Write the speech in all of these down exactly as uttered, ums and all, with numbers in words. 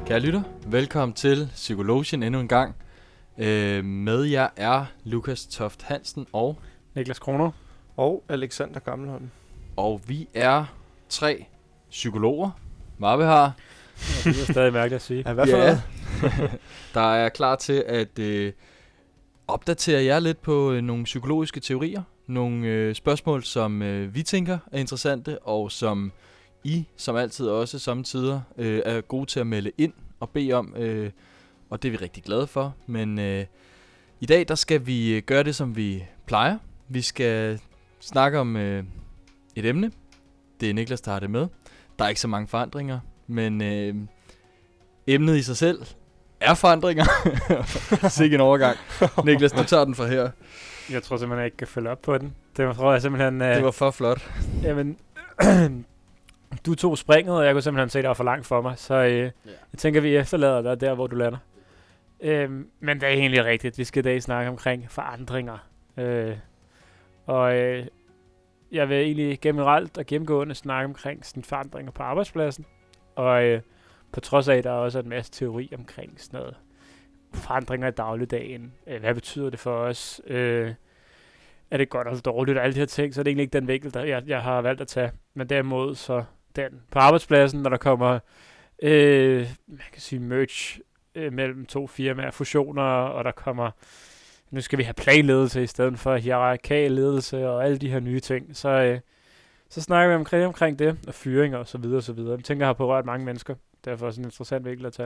Kære lytter, velkommen til Psykologien endnu en gang. Øh, med jer er Lukas Toft Hansen og Niklas Kroner og Alexander Gammelholm. Og vi er tre psykologer. Marve har. Ja, det er stadig mærkeligt at sige. Ja, hvad for Ja. noget? Der er klar til at øh, opdatere jer lidt på øh, nogle psykologiske teorier. Nogle øh, spørgsmål, som øh, vi tænker er interessante, og som I, som altid også samtidig, øh, er gode til at melde ind og bede om. Øh, og det er vi rigtig glade for. Men øh, i dag, der skal vi øh, gøre det, som vi plejer. Vi skal snakke om øh, et emne. Det er Niklas, der har det med. Der er ikke så mange forandringer, men øh, emnet i sig selv er forandringer. Sikke en overgang. Niklas, du tager den fra her. Jeg tror simpelthen, jeg ikke kan følge op på den. Det tror jeg simpelthen... Uh, Det var for flot. Jamen, du tog springet, og jeg kunne simpelthen se, at det var for langt for mig. Så uh, yeah. jeg tænker, vi efterlader dig der, hvor du lander. Uh, men det er egentlig rigtigt. Vi skal i dag snakke omkring forandringer. Uh, og uh, jeg vil egentlig generelt og gennemgående snakke omkring sådan forandringer på arbejdspladsen. Og uh, på trods af, at der også er en masse teori omkring sådan noget forandringer i dagligdagen. Uh, hvad betyder det for os? Uh, er det godt eller dårligt og alle de her ting, så er det egentlig ikke den vinkel, der jeg, jeg har valgt at tage. Men derimod så den på arbejdspladsen, når der kommer øh, man kan sige merge øh, mellem to firmaer, fusioner, og der kommer, nu skal vi have planledelse i stedet for hierarkiledelse og alle de her nye ting. Så, øh, så snakker vi omkring, omkring det, og fyringer og så videre og så videre. Jeg tænker, jeg har berørt mange mennesker. Derfor er det en interessant vinkel at tage.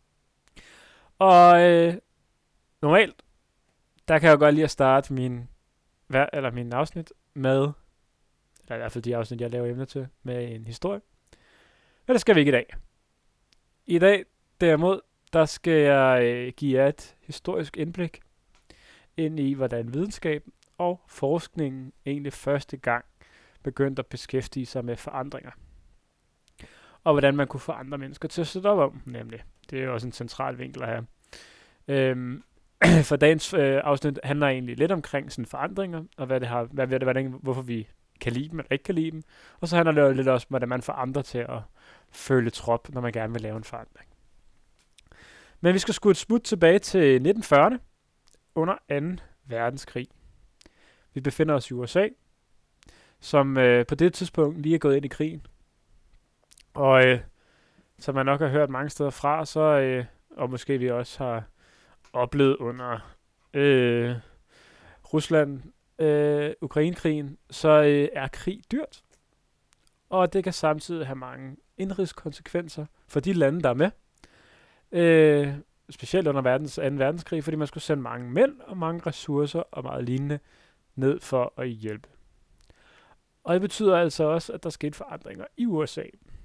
Og øh, normalt, der kan jeg godt lide at starte min Hver, eller min afsnit med, eller i hvert fald de afsnit, jeg laver emner til, med en historie. Men det skal vi ikke i dag. I dag, derimod, der skal jeg øh, give jer et historisk indblik ind i, hvordan videnskab og forskningen egentlig første gang begyndte at beskæftige sig med forandringer. Og hvordan man kunne få andre mennesker til at sætte op om, nemlig. Det er jo også en central vinkel at have. Øhm, For dagens øh, afsnit handler egentlig lidt omkring sådan forandringer, og hvad det har, hvad, hvad det, hvordan, hvorfor vi kan lide dem eller ikke kan lide dem. Og så handler det jo lidt også om, hvordan man får andre til at føle trop, når man gerne vil lave en forandring. Men vi skal sgu et smut tilbage til nitten fyrrerne, under anden verdenskrig. Vi befinder os i U S A, som øh, på det tidspunkt lige er gået ind i krigen. Og øh, som man nok har hørt mange steder fra, så, øh, og måske vi også har oplevet under øh, Rusland, øh, Ukraine-krigen, så øh, er krig dyrt. Og det kan samtidig have mange indrigskonsekvenser for de lande, der er med. Øh, specielt under verdens, anden verdenskrig, fordi man skulle sende mange mænd og mange ressourcer og meget lignende ned for at hjælpe. Og det betyder altså også, at der skete forandringer i U S A.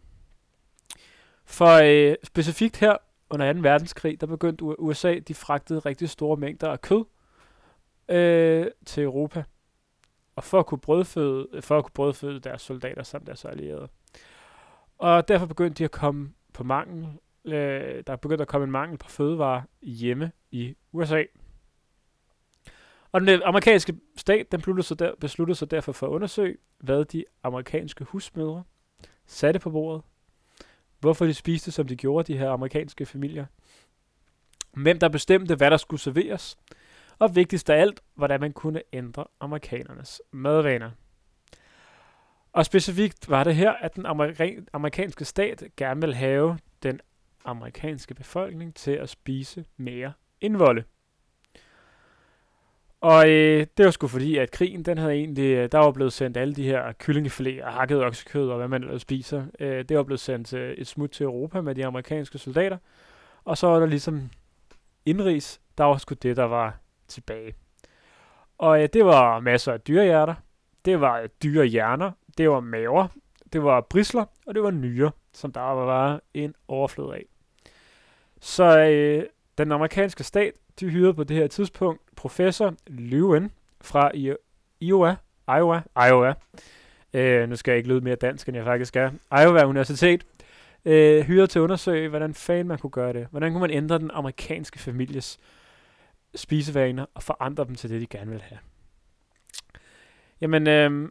For øh, specifikt her, under anden verdenskrig, der begyndte U S A, de fragtede rigtig store mængder af kød øh, til Europa. Og for at kunne brødføde, for at kunne brødføde deres soldater samt deres allierede. Og derfor begyndte de at komme på mangel. Øh, der begyndte at komme en mangel på fødevarer hjemme i U S A. Og den amerikanske stat, den besluttede sig, der, besluttede sig derfor for at undersøge, hvad de amerikanske husmødre satte på bordet. Hvorfor de spiste, som de gjorde, de her amerikanske familier. Hvem der bestemte, hvad der skulle serveres. Og vigtigst af alt, hvordan man kunne ændre amerikanernes madvaner. Og specifikt var det her, at den amerika- amerikanske stat gerne ville have den amerikanske befolkning til at spise mere indvolde. Og øh, det var sgu fordi, at krigen, den havde egentlig, der var blevet sendt alle de her kyllingefilet og hakket oksekød og hvad man ellers spiser. Øh, det var blevet sendt øh, et smut til Europa med de amerikanske soldater. Og så var der ligesom indrigs, der var sgu det, der var tilbage. Og øh, det var masser af dyrehjerter, det var øh, dyrehjerner, det var maver, det var brisler, og det var nyrer, som der var en overflod af. Så øh, den amerikanske stat, de hyrede på det her tidspunkt professor Lewin fra Iowa, Iowa, Iowa. Øh, nu skal jeg ikke lyde mere dansk, end jeg faktisk er. Iowa Universitet øh, hyrede til at undersøge, hvordan fanden man kunne gøre det. Hvordan kunne man ændre den amerikanske families spisevaner og forandre dem til det, de gerne ville have. Jamen, øh,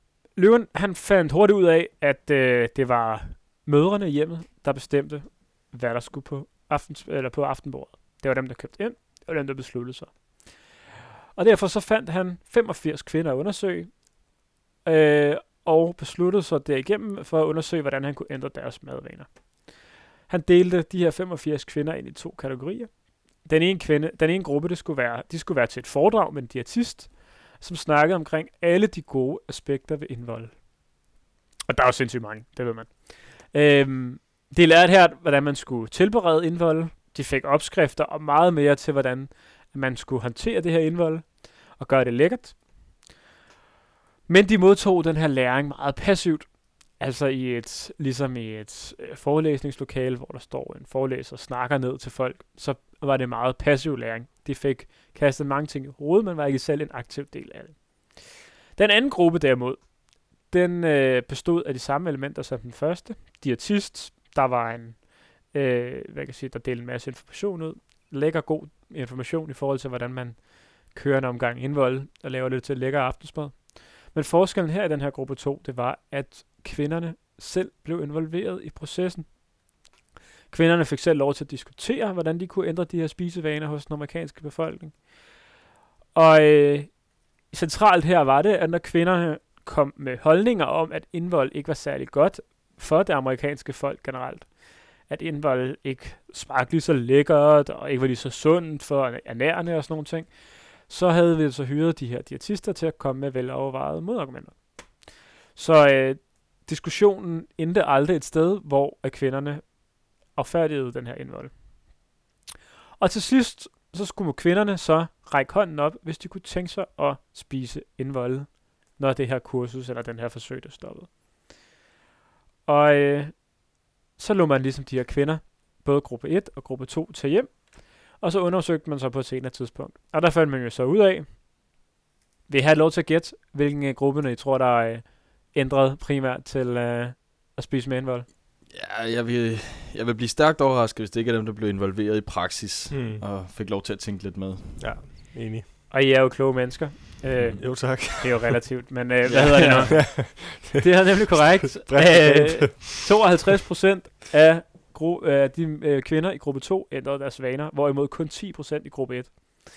Lewin, han fandt hurtigt ud af, at øh, det var mødrene i hjemmet, der bestemte, hvad der skulle på, aftens, eller på aftenbordet. Det var dem, der købte ind, det var dem, der besluttede sig. Og derfor så fandt han femogfirs kvinder at undersøge, øh, og besluttede sig derigennem for at undersøge, hvordan han kunne ændre deres madvaner. Han delte de her femogfirs kvinder ind i to kategorier. Den ene, kvinde, den ene gruppe, det skulle være, de skulle være til et foredrag med en diætist, som snakkede omkring alle de gode aspekter ved indvold. Og der er jo sindssygt mange, det ved man. Øhm, de lærte her, hvordan man skulle tilberede indvold. De fik opskrifter og meget mere til, hvordan man skulle håndtere det her indvold og gøre det lækkert. Men de modtog den her læring meget passivt. Altså i et, ligesom i et øh, forelæsningslokale, hvor der står en forelæser og snakker ned til folk, så var det meget passiv læring. De fik kastet mange ting i hovedet, men var ikke selv en aktiv del af det. Den anden gruppe derimod, den øh, bestod af de samme elementer som den første. Diætist, der var en, øh, hvad kan jeg sige, der delte en masse information ud. Lækker god information i forhold til, hvordan man kører en omgang indvold og laver det til lækker aftensmad. Men forskellen her i den her gruppe to, det var, at kvinderne selv blev involveret i processen. Kvinderne fik selv lov til at diskutere, hvordan de kunne ændre de her spisevaner hos den amerikanske befolkning. Og øh, centralt her var det, at når kvinderne kom med holdninger om, at indvold ikke var særlig godt for det amerikanske folk generelt, at indvold ikke smagte lige så lækkert, og ikke var lige så sundt for ernærende og sådan nogle ting, så havde vi så hyret de her diætister til at komme med velovervejede modargumenter. Så øh, diskussionen endte aldrig et sted, hvor at kvinderne affærdigede den her indvold. Og til sidst, så skulle kvinderne så række hånden op, hvis de kunne tænke sig at spise indvold, når det her kursus eller den her forsøg, der stoppede. Og øh, så lå man ligesom de her kvinder, både gruppe et og gruppe to, til hjem, og så undersøgte man så på et senere tidspunkt. Og der fandt man jo så ud af, vil I have lov til at gætte, hvilken af grupperne I tror, der er øh, ændret primært til øh, at spise med indvold? Ja, jeg vil, jeg vil blive stærkt overrasket, hvis det ikke er dem, der blev involveret i praksis, hmm. og fik lov til at tænke lidt med. Ja, enig. Og I er jo kloge mennesker. Øh, jo, tak. Det er jo relativt, men øh, hvad hedder det nu? Det er nemlig korrekt. Æh, tooghalvtreds procent af, gru- af de øh, kvinder i gruppe to ændrede deres vaner, hvorimod kun ti procent i gruppe et.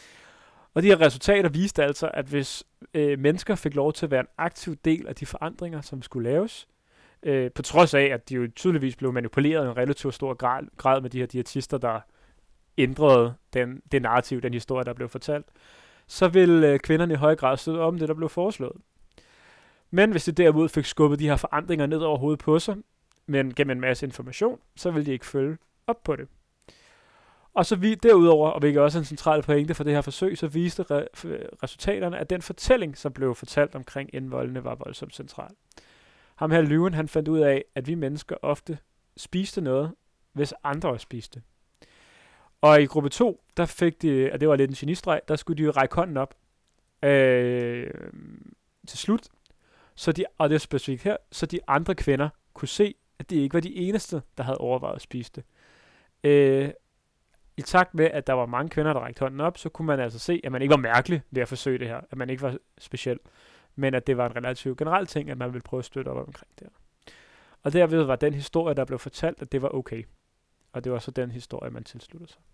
Og de her resultater viste altså, at hvis øh, mennesker fik lov til at være en aktiv del af de forandringer, som skulle laves, øh, på trods af, at de jo tydeligvis blev manipuleret i en relativt stor grad, grad med de her diætister, der ændrede den, det narrativ, den historie, der blev fortalt, så ville øh, kvinderne i høj grad støtte om det, der blev foreslået. Men hvis de derimod fik skubbet de her forandringer ned over hovedet på sig, men gennem en masse information, så ville de ikke følge op på det. Og så vi derudover, og hvilket også er en central pointe for det her forsøg, så viste re- resultaterne, at den fortælling, som blev fortalt omkring indvoldene, var voldsomt central. Ham her Lewin, han fandt ud af, at vi mennesker ofte spiste noget, hvis andre også spiste. Og i gruppe to, der fik de, og det var lidt en genistreg, der skulle de jo række hånden op øh, til slut, så de, og det er specifikt her, så de andre kvinder kunne se, at det ikke var de eneste, der havde overvejet at spise det. Øh, I takt med, at der var mange kvinder, der rækte hånden op, så kunne man altså se, at man ikke var mærkelig ved at forsøge det her, at man ikke var speciel, men at det var en relativt generel ting, at man ville prøve at støtte op omkring det her. Og derved var den historie, der blev fortalt, at det var okay. Og det var så den historie, man tilsluttede sig.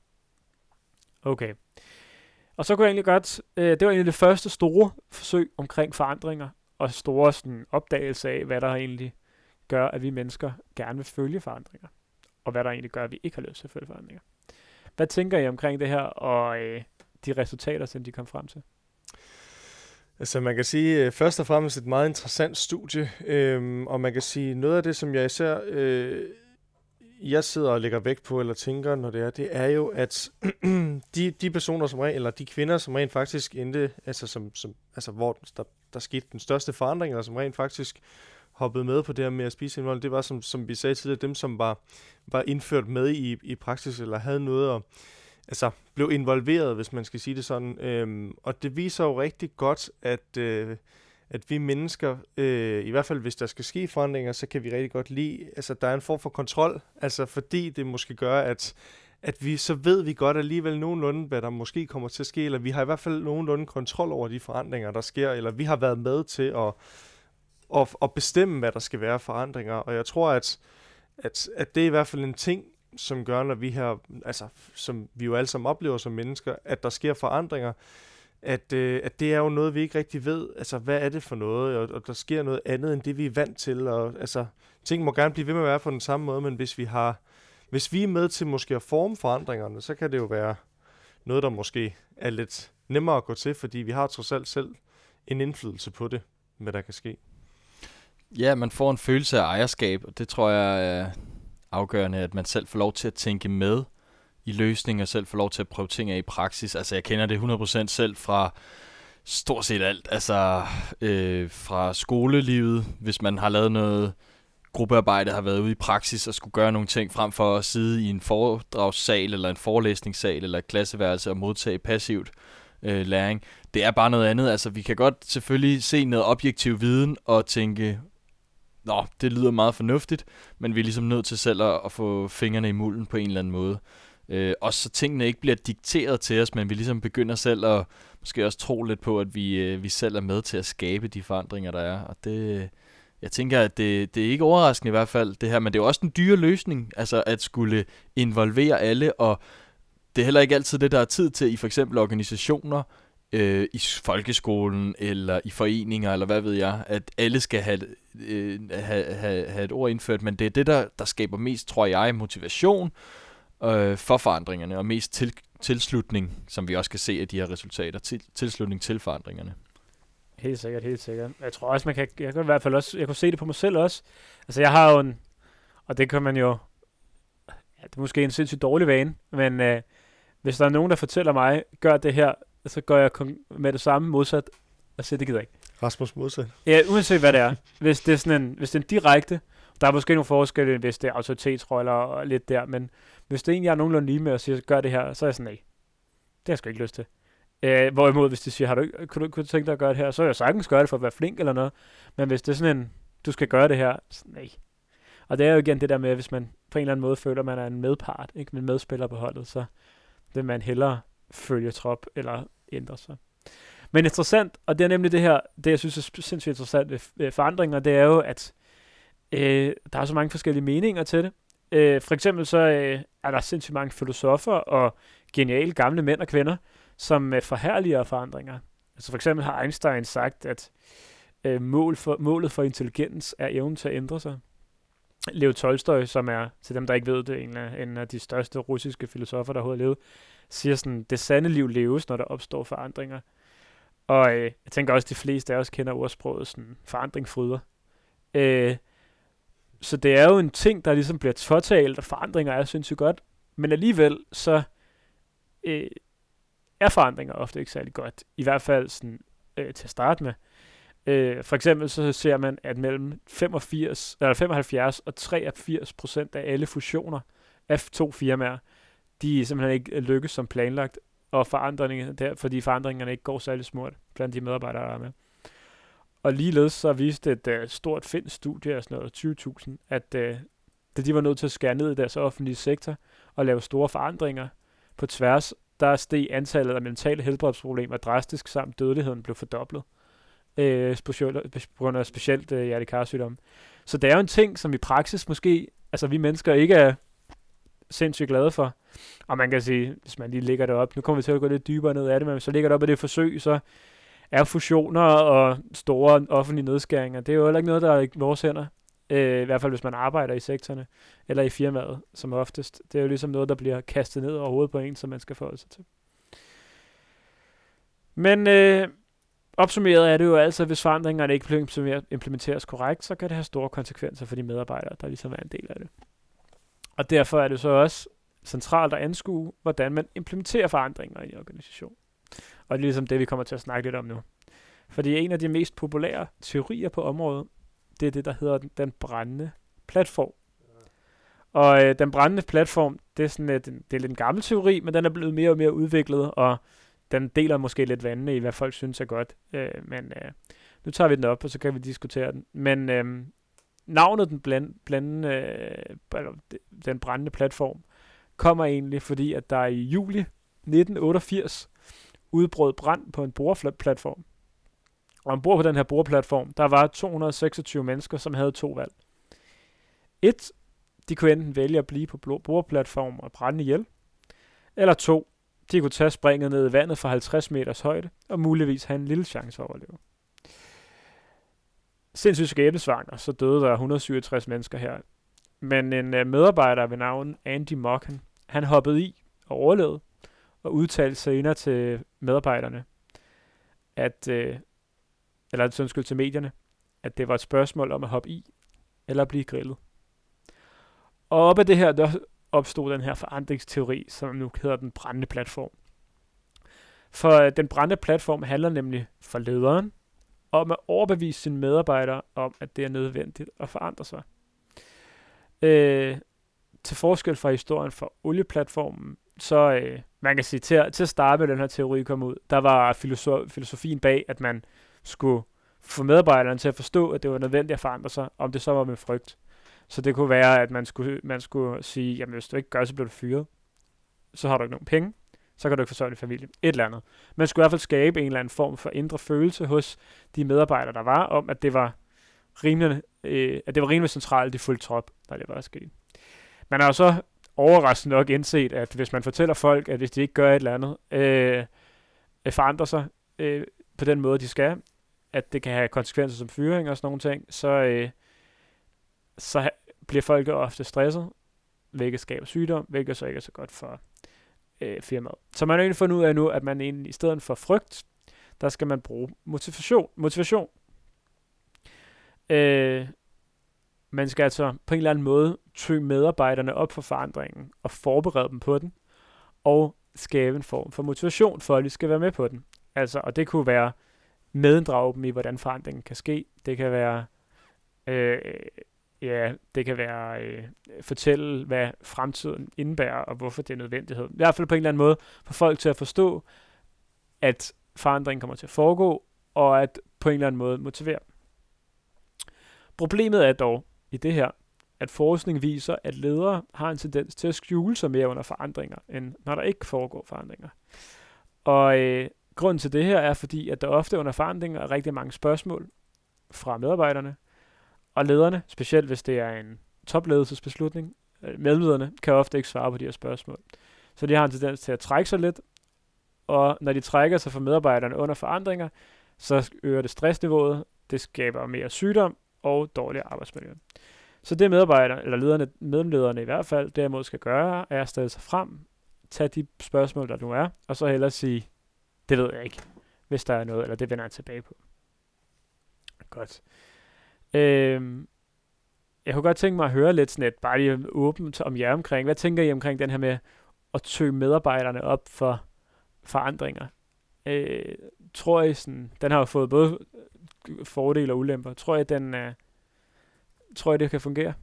Okay. Og så kunne jeg egentlig godt, øh, det var egentlig det første store forsøg omkring forandringer, og store sådan, opdagelse af, hvad der egentlig gør, at vi mennesker gerne vil følge forandringer, og hvad der egentlig gør, at vi ikke har lyst til at følge forandringer. Hvad tænker I omkring det her, og øh, de resultater, som de kom frem til? Altså man kan sige, først og fremmest et meget interessant studie, øhm, og man kan sige, noget af det, som jeg især øh, jeg sidder og lægger vægt på, eller tænker, når det er, det er jo, at de, de personer, som rent, eller de kvinder, som rent faktisk endte, altså, som, som, altså hvor der, der skete den største forandring, eller som rent faktisk hoppede med på det her med at spise indvold, det var, som, som vi sagde tidligere, dem, som var, var indført med i, i praksis, eller havde noget at, altså blev involveret, hvis man skal sige det sådan. Øhm, og det viser jo rigtig godt, at, øh, at vi mennesker, øh, i hvert fald hvis der skal ske forandringer, så kan vi rigtig godt lide, altså der er en form for kontrol, altså fordi det måske gør, at, at vi, så ved vi godt alligevel nogenlunde, hvad der måske kommer til at ske, eller vi har i hvert fald nogenlunde kontrol over de forandringer, der sker, eller vi har været med til at, at, at bestemme, hvad der skal være forandringer. Og jeg tror, at, at, at det er i hvert fald en ting, som gør, når vi her, altså som vi jo alle sammen oplever som mennesker, at der sker forandringer, at, øh, at det er jo noget, vi ikke rigtig ved. Altså, hvad er det for noget? Og, og der sker noget andet, end det, vi er vant til. Og, altså, ting må gerne blive ved med at være på den samme måde, men hvis vi har, hvis vi er med til måske at forme forandringerne, så kan det jo være noget, der måske er lidt nemmere at gå til, fordi vi har trods alt selv en indflydelse på det, hvad der kan ske. Ja, man får en følelse af ejerskab, og det tror jeg er afgørende, at man selv får lov til at tænke med i løsninger, selv får lov til at prøve ting af i praksis. Altså, jeg kender det hundrede procent selv fra stort set alt. Altså, øh, fra skolelivet, hvis man har lavet noget gruppearbejde, har været ude i praksis og skulle gøre nogle ting, frem for at sidde i en foredragssal, eller en forelæsningssal, eller et klasseværelse og modtage passivt øh, læring. Det er bare noget andet. Altså, vi kan godt selvfølgelig se noget objektiv viden og tænke, nå, det lyder meget fornuftigt, men vi er ligesom nødt til selv at, at få fingrene i mulden på en eller anden måde. Øh, også så tingene ikke bliver dikteret til os, men vi ligesom begynder selv at måske også tro lidt på, at vi, øh, vi selv er med til at skabe de forandringer, der er. Og det, jeg tænker, at det, det er ikke overraskende i hvert fald, det her, men det er jo også en dyre løsning, altså at skulle involvere alle, og det er heller ikke altid det, der er tid til i for eksempel organisationer, øh, i folkeskolen, eller i foreninger, eller hvad ved jeg, at alle skal have, øh, have, have, have et ord indført, men det er det, der, der skaber mest, tror jeg, motivation øh, for forandringerne, og mest til, tilslutning, som vi også kan se af de her resultater, til, tilslutning til forandringerne. Helt sikkert, helt sikkert. Jeg tror også, man kan, jeg kan i hvert fald også, jeg kan se det på mig selv også. Altså, jeg har jo en, og det kan man jo, ja, det er måske en sindssygt dårlig vane, men øh, hvis der er nogen, der fortæller mig, gør det her, så går jeg med det samme modsat, og siger, det gider jeg ikke. Rasmus modsat? Ja, uanset hvad det er. Hvis det er sådan en, hvis det er en direkte, der er måske nogle forskelle, hvis det er autoritetsroller og lidt der, men hvis det er en, jeg er nogenlunde lige med og siger, gør det her, så er jeg sådan, nej, det har jeg sgu ikke lyst til. Øh, hvorimod, hvis de siger, har du ikke, kunne, du, kunne du tænke dig at gøre det her, så er jeg sagtens gøre det for at være flink eller noget, men hvis det er sådan en, du skal gøre det her, så nej. Og det er jo igen det der med, hvis man på en eller anden måde føler, at man er en medpart, ikke, med medspiller på holdet, så vil man hellere følge trop eller ændre sig. Men interessant, og det er nemlig det her, det jeg synes er sindssygt interessant ved forandringer, det er jo, at øh, der er så mange forskellige meninger til det. Øh, for eksempel så øh, er der sindssygt mange filosofer og geniale gamle mænd og kvinder, som øh, forherliger forandringer. Altså for eksempel har Einstein sagt, at øh, mål for, målet for intelligens er evnen til at ændre sig. Leo Tolstoy, som er, til dem der ikke ved det, en af, en af de største russiske filosofer, der overhovedet har levet, siger sådan, det sande liv leves, når der opstår forandringer. Og øh, jeg tænker også, at de fleste af os kender ordsproget sådan, forandring fryder. Øh, så det er jo en ting, der ligesom bliver totalt, og forandringer er sindssygt godt, men alligevel så øh, er forandringer ofte ikke særlig godt. I hvert fald sådan, øh, til at starte med. Øh, for eksempel så ser man, at mellem femogfirs, eller femoghalvfjerds og treogfirs procent af alle fusioner af to firmaer, de simpelthen ikke lykkes som planlagt, og forandringerne der, fordi forandringerne ikke går særlig smurt blandt de medarbejdere, der er med. Og ligeledes så viste et uh, stort finsk studie af sådan noget tyve tusind, at uh, da de var nødt til at skære ned i deres offentlige sektor og lave store forandringer på tværs, der steg antallet af mentale helbredsproblemer drastisk, samt dødeligheden blev fordoblet. Øh, specielt, på grund af specielt øh, hjertekarsygdomme. Så det er jo en ting, som i praksis måske, altså vi mennesker ikke er sindssygt glade for. Og man kan sige, hvis man lige lægger det op, nu kommer vi til at gå lidt dybere ned af det, men hvis så ligger det op af det forsøg, så er fusioner og store offentlige nedskæringer, det er jo heller ikke noget, der er i vores hænder. Øh, I hvert fald hvis man arbejder i sektorerne, eller i firmaet, som oftest. Det er jo ligesom noget, der bliver kastet ned over hovedet på en, som man skal forholde sig til. Men øh, opsummeret er det jo altså, hvis forandringerne ikke implementeres korrekt, så kan det have store konsekvenser for de medarbejdere, der ligesom er en del af det. Og derfor er det så også centralt at anskue, hvordan man implementerer forandringer i en organisation. Og det er ligesom det, vi kommer til at snakke lidt om nu. Fordi en af de mest populære teorier på området, det er det, der hedder den brændende platform. Og øh, den brændende platform, det er, sådan, et, det er lidt en gammel teori, men den er blevet mere og mere udviklet, og den deler måske lidt vandene i, hvad folk synes er godt. Øh, men øh, nu tager vi den op, og så kan vi diskutere den. Men øh, navnet den, bland, bland, øh, den brændende platform kommer egentlig, fordi at der i juli nitten otteogfirs udbrød brand på en boreplatform. Og ombord på den her boreplatform, der var to hundrede og seksogtyve mennesker, som havde to valg. Et, de kunne enten vælge at blive på boreplatformen og brænde ihjel, eller to, de kunne tage springet ned i vandet fra halvtreds meters højde, og muligvis have en lille chance for at overleve. Sindssygt skæbnesvanger, så døde der et hundrede og syvogtres mennesker her. Men en uh, medarbejder ved navn Andy Mochen, han hoppede i og overlevede, og udtalte senere til medarbejderne, at, uh, eller undskyld til medierne, at det var et spørgsmål om at hoppe i, eller blive grillet. Og op af det her, der opstod den her forandringsteori, som nu hedder den brændende platform. For den brændende platform handler nemlig for lederen om at overbevise sine medarbejdere om, at det er nødvendigt at forandre sig. Øh, til forskel fra historien for olieplatformen, så øh, man kan sige, til at, til at starte med den her teori kom ud, der var filosof, filosofien bag, at man skulle få medarbejderne til at forstå, at det var nødvendigt at forandre sig, om det så var med frygt. Så det kunne være, at man skulle, man skulle sige, jamen hvis du ikke gør, så bliver du fyret. Så har du ikke nogen penge. Så kan du ikke forsørge din familie. Et eller andet. Man skulle i hvert fald skabe en eller anden form for indre følelse hos de medarbejdere, der var, om at det var rimelig, øh, at det var rimelig centralt, de fulgte trop, når det var sket. Man har jo så overraskende nok indset, at hvis man fortæller folk, at hvis de ikke gør et eller andet, øh, forandrer sig øh, på den måde, de skal, at det kan have konsekvenser som fyring og sådan nogle ting, så, øh, så bliver folk ofte stresset, hvilket skaber sygdom, hvilket så ikke er så godt for øh, firmaet. Så man har egentlig fundet ud af nu, at man egentlig i stedet for frygt, der skal man bruge motivation. motivation. Øh, man skal altså på en eller anden måde tøge medarbejderne op for forandringen og forberede dem på den, og skabe en form for motivation for, at de skal være med på den. Altså, og det kunne være medinddrage dem i, hvordan forandringen kan ske. Det kan være øh, ja, det kan være øh, fortælle, hvad fremtiden indebærer, og hvorfor det er nødvendighed. I hvert fald på en eller anden måde få folk til at forstå, at forandringen kommer til at foregå, og at på en eller anden måde motivere. Problemet er dog i det her, at forskning viser, at ledere har en tendens til at skjule sig mere under forandringer, end når der ikke foregår forandringer. Og øh, grunden til det her er, fordi at der ofte under forandringer er rigtig mange spørgsmål fra medarbejderne, og lederne, specielt hvis det er en topledelsesbeslutning, mellemlederne kan ofte ikke svare på de her spørgsmål. Så de har en tendens til at trække sig lidt, og når de trækker sig fra medarbejderne under forandringer, så øger det stressniveauet, det skaber mere sygdom og dårligere arbejdsmiljø. Så det medarbejderne, eller lederne, medlemlederne i hvert fald, derimod skal gøre, er at stille sig frem, tage de spørgsmål, der nu er, og så hellere sige, det ved jeg ikke, hvis der er noget, eller det vender jeg tilbage på. Godt. Øhm, jeg kunne godt tænke mig at høre lidt sådan et, bare lige åbent om jer omkring. Hvad tænker I omkring den her med at tøge medarbejderne op for forandringer? Øh, tror I sådan, den har jo fået både fordele og ulemper. Tror I, den er, tror I, det kan fungere?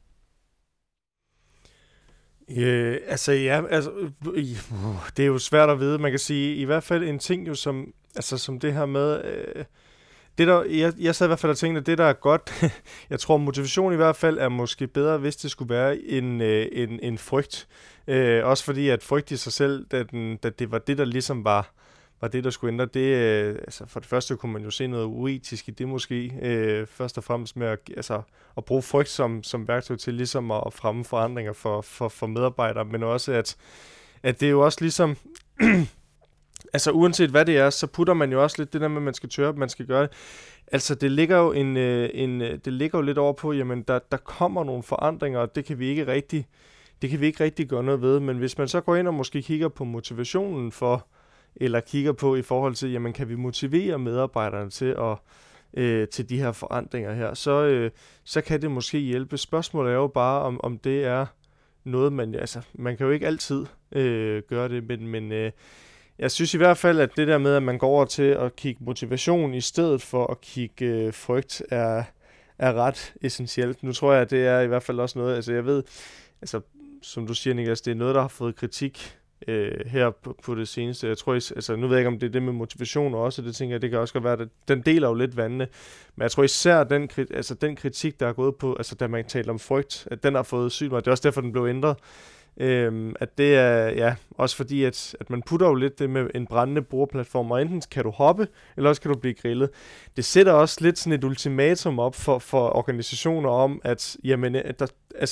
Øh, altså ja, altså, øh, det er jo svært at vide. Man kan sige, i hvert fald en ting jo som, altså som det her med, øh, det der, jeg, jeg sad i hvert fald og tænkte, at det der er godt, jeg tror motivation i hvert fald er måske bedre, hvis det skulle være en, øh, en, en frygt. Øh, også fordi at frygt i sig selv, da, den, da det var det, der ligesom var, var det, der skulle ændre, det, øh, altså for det første kunne man jo se noget uetisk i det måske, øh, først og fremmest med at, altså, at bruge frygt som, som værktøj til ligesom at fremme forandringer for, for, for medarbejdere, men også at, at det er jo også ligesom, altså uanset hvad det er, så putter man jo også lidt det der med, at man skal tørre, man skal gøre det. Altså det ligger jo, en, en, det ligger jo lidt over på, jamen der, der kommer nogle forandringer, og det kan vi ikke rigtig, det kan vi ikke rigtig gøre noget ved, men hvis man så går ind og måske kigger på motivationen for, eller kigger på i forhold til, jamen kan vi motivere medarbejderne til at øh, til de her forandringer her, så, øh, så kan det måske hjælpe. Spørgsmålet er jo bare, om, om det er noget, man, altså man kan jo ikke altid øh, gøre det, men, men øh, jeg synes i hvert fald, at det der med, at man går over til at kigge motivation i stedet for at kigge øh, frygt, er, er ret essentielt. Nu tror jeg, at det er i hvert fald også noget, altså jeg ved, altså som du siger, Niklas, det er noget, der har fået kritik øh, her på, på det seneste. Jeg tror, is, altså nu ved jeg ikke, om det er det med motivation også, det tænker jeg, det kan også godt være, at den deler jo lidt vandene, men jeg tror især, den, altså, den kritik, der er gået på, altså da man taler om frygt, at den har fået sygt meget, det er også derfor, den blev ændret. Øhm, at det er, ja, også fordi, at, at man putter jo lidt det med en brændende boreplatform, og enten kan du hoppe, eller også kan du blive grillet. Det sætter også lidt sådan et ultimatum op for, for organisationer om, at jamen, at der, altså, der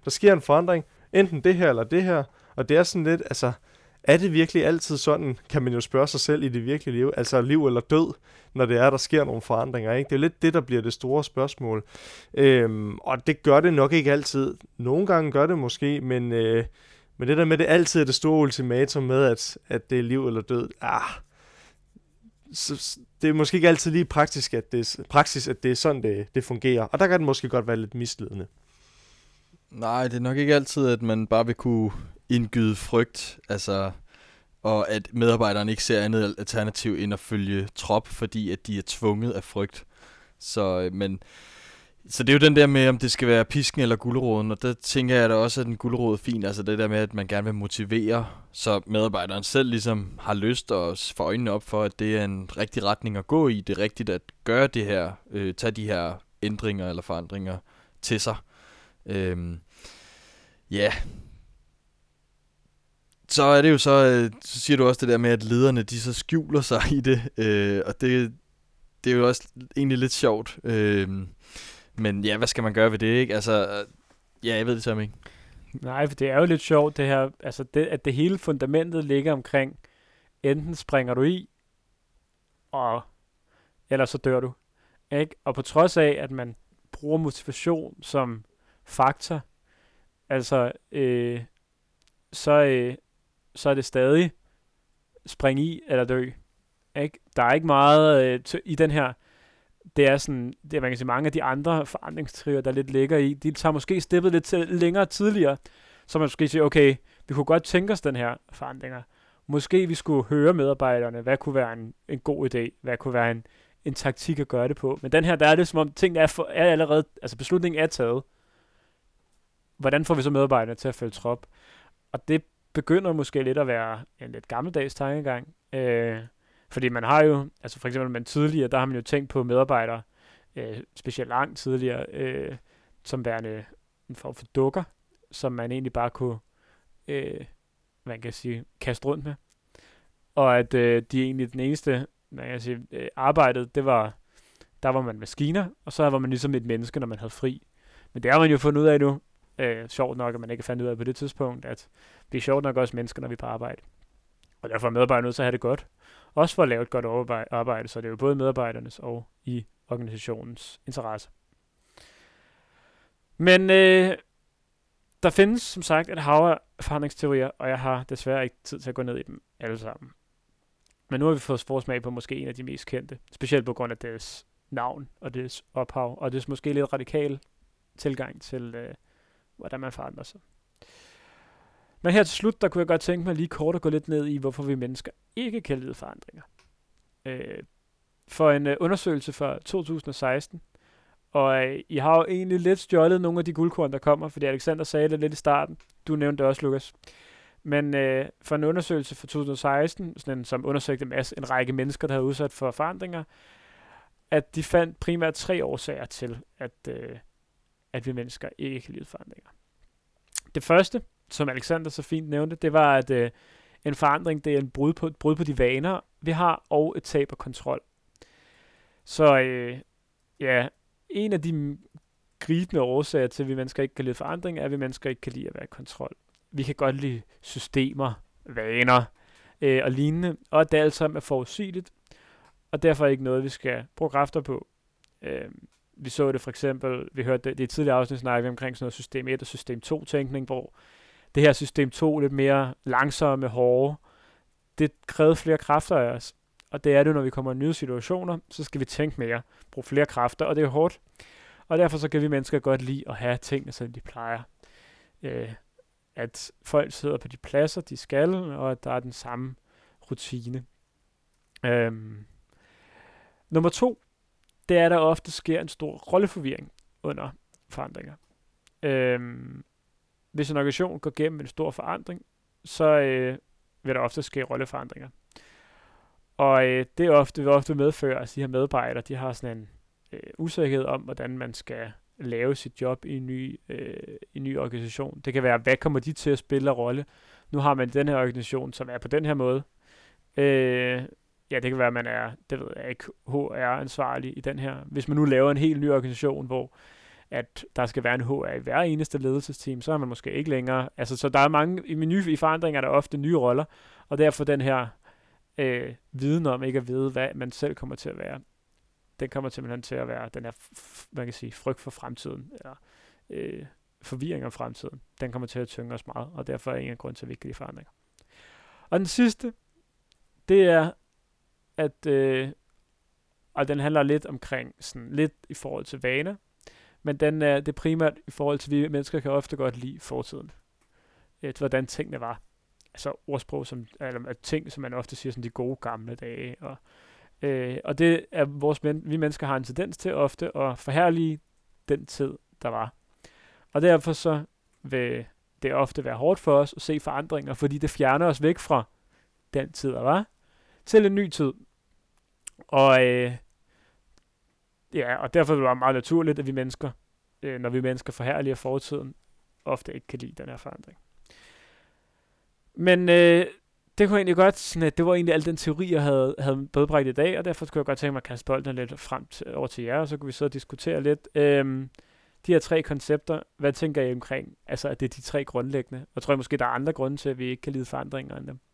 Der sker en forandring, enten det her eller det her, og det er sådan lidt, altså, er det virkelig altid sådan, kan man jo spørge sig selv i det virkelige liv, altså liv eller død, når det er, der sker nogle forandringer, ikke? Det er lidt det, der bliver det store spørgsmål. Øhm, og det gør det nok ikke altid. Nogle gange gør det måske, men, øh, men det der med, det altid er det store ultimatum med, at, at det er liv eller død, ah, så, det er måske ikke altid lige praktisk, at det, praksis, at det er sådan, det, det fungerer. Og der kan det måske godt være lidt misledende. Nej, det er nok ikke altid, at man bare vil kunne indgyde frygt, altså, og at medarbejderne ikke ser andet alternativ end at følge trop, fordi at de er tvunget af frygt. Så, men, så det er jo den der med, om det skal være pisken eller guleroden, og der tænker jeg da også, at den gulerod er fin, altså det der med, at man gerne vil motivere, så medarbejderen selv ligesom har lyst og får øjnene op for, at det er en rigtig retning at gå i, det er rigtigt at gøre det her, øh, tage de her ændringer eller forandringer til sig. Øhm, ja, så er det jo så, øh, så siger du også det der med, at lederne, de så skjuler sig i det, øh, og det, det er jo også egentlig lidt sjovt, øh, men ja, hvad skal man gøre ved det, ikke? Altså, ja, jeg ved det så ikke. Nej, for det er jo lidt sjovt det her, altså det, at det hele fundamentet ligger omkring, enten springer du i, og eller så dør du, ikke? Og på trods af, at man bruger motivation som faktor, altså, øh, så, øh, så er det stadig spring i eller dø, ikke? Der er ikke meget øh, t- i den her, det er sådan, det man kan sige, mange af de andre forandringstrier, der lidt ligger i, de tager måske steppet lidt til, længere tidligere, så man måske siger, okay, vi kunne godt tænke os den her forandringer. Måske vi skulle høre medarbejderne, hvad kunne være en, en god idé, hvad kunne være en, en taktik at gøre det på. Men den her, der er det som om, tingene er, for, er allerede, altså beslutningen er taget. Hvordan får vi så medarbejderne til at følge trop? Og det begynder måske lidt at være en lidt gammeldags tankegang. Øh, fordi man har jo, altså for eksempel man tidligere, der har man jo tænkt på medarbejdere, øh, specielt langt tidligere, øh, som værende en form for dukker, som man egentlig bare kunne, øh, man kan sige, kaste rundt med. Og at øh, de egentlig den eneste, man kan sige, øh, arbejdet, det var, der var man maskiner, og så var man ligesom et menneske, når man havde fri. Men det har man jo fundet ud af nu, øh, sjovt nok, at man ikke fandt ud af på det tidspunkt, at vi er sjovt nok også mennesker, når vi er på arbejde. Og derfor er medarbejderne nødt til at have det godt. Også for at lave et godt arbejde, så det er jo både medarbejdernes og i organisationens interesse. Men øh, der findes som sagt et hav af forandringsteorier, og jeg har desværre ikke tid til at gå ned i dem alle sammen. Men nu har vi fået forsmag på måske en af de mest kendte, specielt på grund af deres navn og deres ophav, og deres måske lidt radikal tilgang til, øh, hvordan man forandrer sig. Men her til slut, der kunne jeg godt tænke mig lige kort at gå lidt ned i, hvorfor vi mennesker ikke kan lide forandringer. Øh, for en øh, undersøgelse fra to tusind og seksten, og øh, I har jo egentlig lidt stjålet nogle af de guldkorn, der kommer, fordi Alexander sagde det lidt i starten. Du nævnte det også, Lukas. Men øh, for en undersøgelse fra to tusind og seksten, sådan en, som undersøgte en, masse, en række mennesker, der havde udsat for forandringer, at de fandt primært tre årsager til, at, øh, at vi mennesker ikke kan lide forandringer. Det første, som Alexander så fint nævnte, det var, at øh, en forandring, det er en brud på, brud på de vaner, vi har, og et tab af kontrol. Så øh, ja, en af de gribende årsager til, at vi mennesker ikke kan lide forandring, er, at vi mennesker ikke kan lide at være i kontrol. Vi kan godt lide systemer, vaner øh, og lignende, og det er alt sammen er forudsigeligt, og derfor er ikke noget, vi skal bruge kræfter på. Øh, vi så det for eksempel, vi hørte det, det i tidligere afsnit, snakkede vi omkring sådan noget system et og system to tænkning, hvor det her system to lidt mere langsomme, hårde, det krævede flere kræfter af os. Og det er det, når vi kommer i nye situationer, så skal vi tænke mere, bruge flere kræfter, og det er hårdt. Og derfor så kan vi mennesker godt lide at have tingene, som de plejer. Øh, at folk sidder på de pladser, de skal, og at der er den samme rutine. Øhm. Nummer to, det er, at der ofte sker en stor rolleforvirring under forandringer. Øhm. Hvis en organisation går gennem en stor forandring, så øh, vil der ofte ske rolleforandringer. Og øh, det er ofte, vil ofte medføre, at de her medarbejdere, de har sådan en øh, usikkerhed om, hvordan man skal lave sit job i en ny, øh, en ny organisation. Det kan være, hvad kommer de til at spille rolle? Nu har man den her organisation, som er på den her måde. Øh, ja, det kan være, at man er, det ved jeg ikke, H R-ansvarlig i den her. Hvis man nu laver en helt ny organisation, hvor at der skal være en H R i hver eneste ledelsesteam, så er man måske ikke længere. Altså, så der er mange, i, nye, i forandringer er der ofte nye roller, og derfor den her øh, viden om ikke at vide, hvad man selv kommer til at være, den kommer simpelthen til at være den her, f- man kan sige, frygt for fremtiden, eller øh, forvirring om fremtiden. Den kommer til at tynge os meget, og derfor er ingen grund til vigtige forandringer. Og den sidste, det er, at øh, og den handler lidt omkring, sådan lidt i forhold til vaner, men den er det er primært i forhold til, at vi mennesker kan ofte godt lide fortiden. Et, hvordan tingene var. Altså ordsprog, som, eller ting, som man ofte siger, som de gode gamle dage. Og, øh, og det er vores men- vi mennesker har en tendens til ofte at forherlige den tid, der var. Og derfor så vil det ofte være hårdt for os at se forandringer, fordi det fjerner os væk fra den tid, der var, til en ny tid. Og øh, ja, og derfor vil det være meget naturligt, at vi mennesker, øh, når vi mennesker forherliger fortiden, ofte ikke kan lide den her forandring. Men øh, det kunne egentlig godt, sådan, at det var egentlig al den teori, jeg havde, havde bedbragt i dag, og derfor skulle jeg godt tænke mig at kaste bolden lidt frem til, over til jer, og så kunne vi så diskutere lidt. Øhm, de her tre koncepter, hvad tænker I omkring? Altså, at det er de tre grundlæggende. Og tror jeg måske, der er andre grunde til, at vi ikke kan lide forandringer end dem.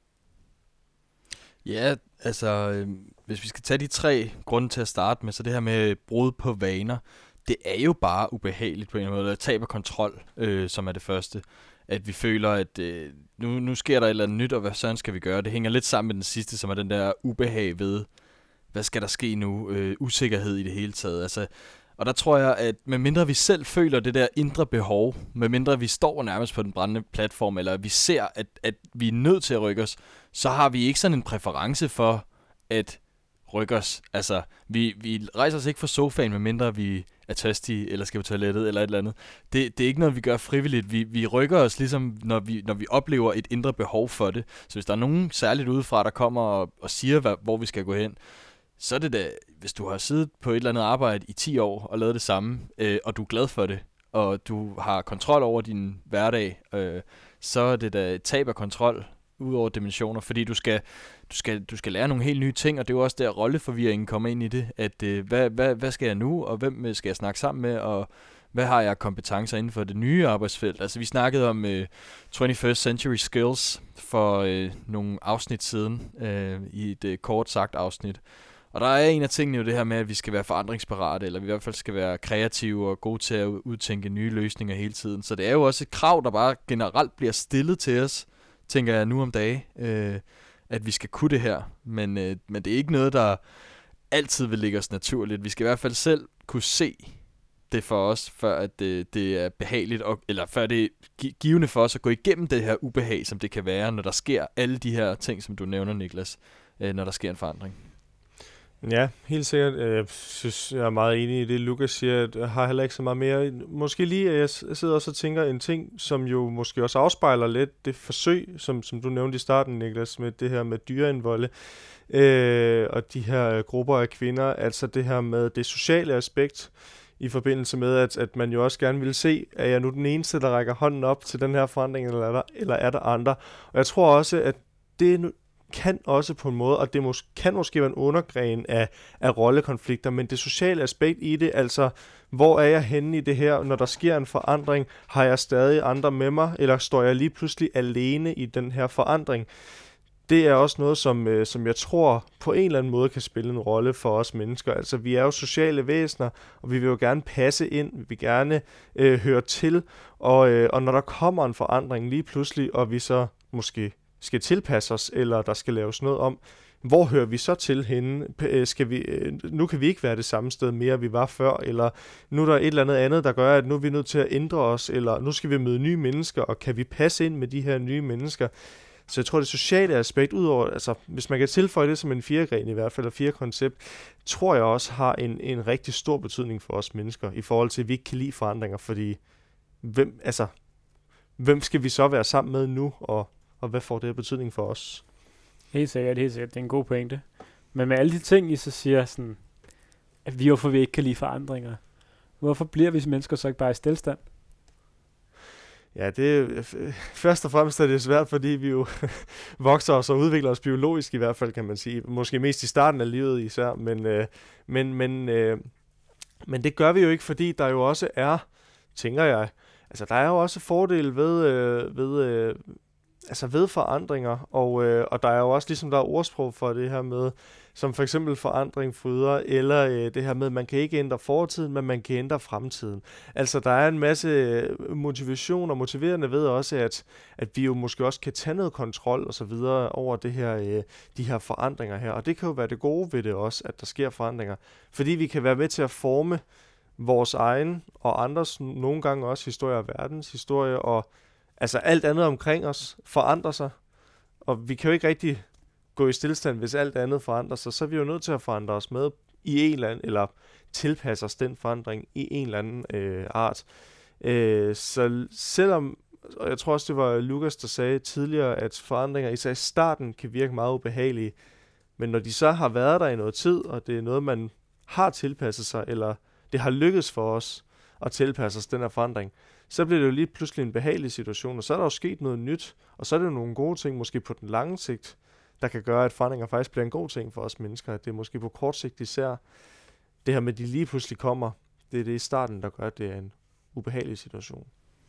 Ja, altså, øh, hvis vi skal tage de tre grunde til at starte med, så det her med brud på vaner, det er jo bare ubehageligt på en måde. At tabe kontrol, øh, som er det første. At vi føler, at øh, nu, nu sker der et eller andet nyt, og hvad sådan skal vi gøre? Det hænger lidt sammen med den sidste, som er den der ubehag ved, hvad skal der ske nu? Øh, usikkerhed i det hele taget. Altså, og der tror jeg, at medmindre vi selv føler det der indre behov, medmindre vi står nærmest på den brændende platform, eller vi ser, at, at vi er nødt til at rykke os, så har vi ikke sådan en præference for at rykke os. Altså, vi, vi rejser os ikke fra sofaen, medmindre vi er tørstige, eller skal på toilettet, eller et eller andet. Det, det er ikke noget, vi gør frivilligt. Vi, vi rykker os ligesom, når vi, når vi oplever et indre behov for det. Så hvis der er nogen særligt udefra, der kommer og, og siger, hvad, hvor vi skal gå hen, så er det da, hvis du har siddet på et eller andet arbejde i ti år og lavet det samme, øh, og du er glad for det, og du har kontrol over din hverdag, øh, så er det da et tab af kontrol ud over dimensioner, fordi du skal, du skal, du skal lære nogle helt nye ting, og det er jo også der rolleforvirringen kommer ind i det, at øh, hvad, hvad, hvad skal jeg nu, og hvem skal jeg snakke sammen med, og hvad har jeg kompetencer inden for det nye arbejdsfelt? Altså vi snakkede om øh, twenty-first century skills for øh, nogle afsnit siden, øh, i et øh, kort sagt afsnit. Og der er en af tingene jo det her med, at vi skal være forandringsparate, eller vi i hvert fald skal være kreative og gode til at udtænke nye løsninger hele tiden. Så det er jo også et krav, der bare generelt bliver stillet til os, tænker jeg nu om dage, øh, at vi skal kunne det her. Men, øh, men det er ikke noget, der altid vil ligge os naturligt. Vi skal i hvert fald selv kunne se det for os, før at det, det er behageligt, og, eller før det er givende for os at gå igennem det her ubehag, som det kan være, når der sker alle de her ting, som du nævner, Niklas, øh, når der sker en forandring. Ja, helt sikkert. Jeg synes, jeg er meget enig i det, Lukas siger. Jeg har heller ikke så meget mere. Måske lige, at jeg sidder også og tænker en ting, som jo måske også afspejler lidt det forsøg, som, som du nævnte i starten, Niklas, med det her med dyreindvolde, øh, og de her grupper af kvinder. Altså det her med det sociale aspekt, i forbindelse med, at, at man jo også gerne vil se, er jeg nu den eneste, der rækker hånden op til den her forandring, eller er der, eller er der andre? Og jeg tror også, at det kan også på en måde, og det mås- kan måske være en undergren af, af rollekonflikter, men det sociale aspekt i det, altså hvor er jeg henne i det her, når der sker en forandring, har jeg stadig andre med mig, eller står jeg lige pludselig alene i den her forandring? Det er også noget, som, øh, som jeg tror på en eller anden måde kan spille en rolle for os mennesker. Altså vi er jo sociale væsener, og vi vil jo gerne passe ind, vi vil gerne øh, høre til, og, øh, og når der kommer en forandring lige pludselig, og vi så måske skal tilpasse os, eller der skal laves noget om, hvor hører vi så til henne? Skal vi, nu kan vi ikke være det samme sted mere, vi var før, eller nu er der et eller andet andet, der gør, at nu er vi nødt til at ændre os, eller nu skal vi møde nye mennesker, og kan vi passe ind med de her nye mennesker? Så jeg tror, det sociale aspekt, udover, altså hvis man kan tilføje det som en firegren i hvert fald, eller fire koncept, tror jeg også har en, en rigtig stor betydning for os mennesker, i forhold til, at vi ikke kan lide forandringer, fordi hvem, altså, hvem skal vi så være sammen med nu, og, og hvad får det af betydning for os? Helt sikkert, helt sikkert. Det er en god pointe. Men med alle de ting, I så siger, sådan, at vi hvorfor vi ikke kan lide forandringer, hvorfor bliver vi som mennesker så ikke bare i stilstand? Ja, det først og fremmest er det svært, fordi vi jo vokser os og udvikler os biologisk i hvert fald, kan man sige. Måske mest i starten af livet især, men, øh, men, men øh, Men det gør vi jo ikke, fordi der jo også er, tænker jeg, altså der er jo også fordele ved, øh, ved, øh, altså ved forandringer, og, øh, og der er jo også ligesom der er ordsprog for det her med, som for eksempel forandring fryder, eller øh, det her med, at man kan ikke ændre fortiden, men man kan ændre fremtiden. Altså der er en masse motivation og motiverende ved også, at, at vi jo måske også kan tage noget kontrol og så videre over det her, øh, de her forandringer her, og det kan jo være det gode ved det også, at der sker forandringer, fordi vi kan være med til at forme vores egen og andres, nogle gange også historie og verdenshistorie, og altså alt andet omkring os forandrer sig, og vi kan jo ikke rigtig gå i stillestand, hvis alt andet forandrer sig, så er vi jo nødt til at forandre os med i en eller anden, eller tilpasse os den forandring i en eller anden øh, art. Øh, så selvom, og jeg tror også, det var Lukas, der sagde tidligere, at forandringer især i starten kan virke meget ubehagelige, men når de så har været der i noget tid, og det er noget, man har tilpasset sig, eller det har lykkes for os at tilpasse os den her forandring, så bliver det jo lige pludselig en behagelig situation, og så er der jo sket noget nyt, og så er det jo nogle gode ting, måske på den lange sigt, der kan gøre, at forandringer faktisk bliver en god ting for os mennesker. Det er måske på kort sigt især det her med, at de lige pludselig kommer. Det er det i starten, der gør, at det er en ubehagelig situation.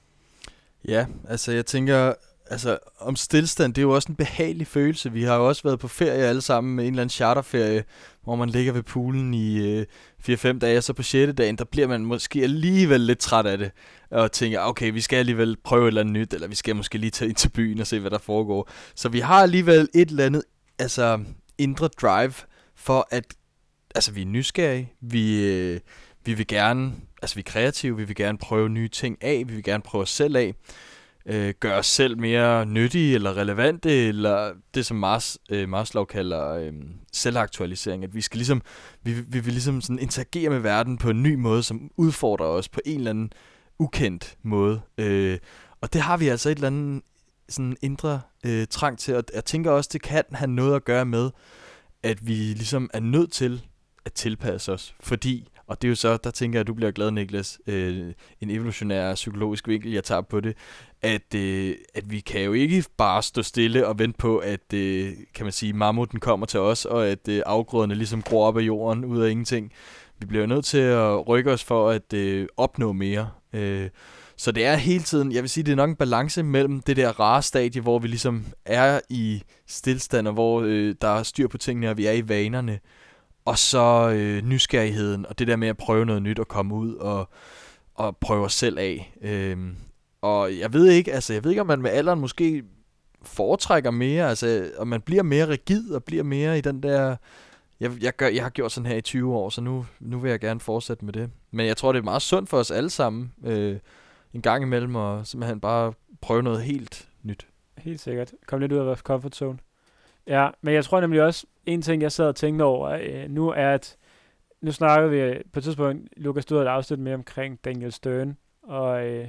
Ja, altså jeg tænker, altså om stillestand, det er jo også en behagelig følelse. Vi har jo også været på ferie alle sammen med en eller anden charterferie, hvor man ligger ved poolen i øh, fire fem dage, og så på sjette dagen, der bliver man måske alligevel lidt træt af det, og tænker, okay, vi skal alligevel prøve et eller andet nyt, eller vi skal måske lige tage ind til byen og se, hvad der foregår. Så vi har alligevel et eller andet, altså indre drive for at, altså vi er nysgerrige, vi, øh, vi vil gerne, altså vi er kreative, vi vil gerne prøve nye ting af, vi vil gerne prøve os selv af, øh, gøre os selv mere nyttige eller relevante, eller det som Mars, øh, Maslow kalder øh, selvaktualisering, at vi skal ligesom, vi, vi vil ligesom sådan interagere med verden på en ny måde, som udfordrer os på en eller anden ukendt måde, øh, og det har vi altså et eller andet sådan indre øh, trang til, og jeg tænker også, det kan have noget at gøre med, at vi ligesom er nødt til at tilpasse os, fordi, og det er jo så, der tænker jeg, at du bliver glad, Niklas, øh, en evolutionær psykologisk vinkel, jeg tager på det, at, øh, at vi kan jo ikke bare stå stille og vente på, at, øh, kan man sige, mammuten kommer til os, og at øh, afgrøderne ligesom gror op af jorden ud af ingenting. Vi bliver jo nødt til at rykke os for at øh, opnå mere. Øh, så det er hele tiden, jeg vil sige, det er nok en balance mellem det der rare stadie, hvor vi ligesom er i stillstand, og hvor øh, der er styr på tingene, og vi er i vanerne, og så øh, nysgerrigheden, og det der med at prøve noget nyt og komme ud og, og prøve os selv af. Øhm, og jeg ved ikke, altså jeg ved ikke, om man med alderen måske foretrækker mere, altså om man bliver mere rigid og bliver mere i den der, jeg, jeg, gør, jeg har gjort sådan her i tyve år, så nu, nu vil jeg gerne fortsætte med det. Men jeg tror, det er meget sundt for os alle sammen, øh, en gang imellem, og simpelthen bare prøve noget helt nyt. Helt sikkert. Kom lidt ud af vores comfort zone. Ja, men jeg tror nemlig også, en ting, jeg sad og tænkte over øh, nu, er, at nu snakker vi på et tidspunkt, Lukas, du havde et afsnit mere omkring Daniel Stern, og, øh,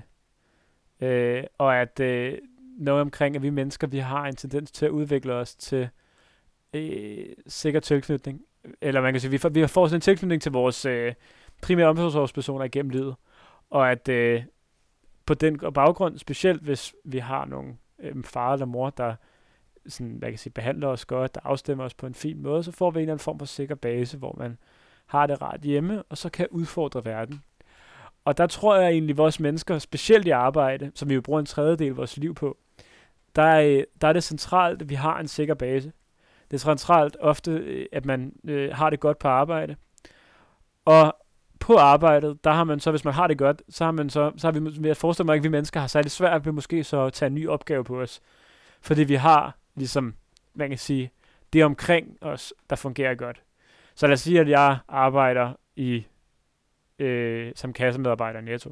øh, og at øh, noget omkring, at vi mennesker, vi har en tendens til at udvikle os til øh, sikker tilknytning. Eller man kan sige, vi får, vi får sådan en tilknytning til vores øh, primære omsorgspersoner igennem livet, og at øh, på den baggrund, specielt hvis vi har nogle øh, far eller mor, der sådan, hvad kan jeg sige, behandler os godt, der afstemmer os på en fin måde, så får vi en eller anden form for sikker base, hvor man har det rart hjemme, og så kan udfordre verden. Og der tror jeg egentlig, at vores mennesker, specielt i arbejde, som vi jo bruger en tredjedel af vores liv på, der er, der er det centralt, at vi har en sikker base. Det er centralt ofte, at man øh, har det godt på arbejde. Og på arbejdet, der har man så, hvis man har det godt, så har man så, så har vi, jeg forestiller mig ikke, at vi mennesker har særlig svært ved måske så at tage en ny opgave på os. Fordi vi har ligesom, man kan sige, det omkring os, der fungerer godt. Så lad os sige, at jeg arbejder i øh, som kassemedarbejder i Netto.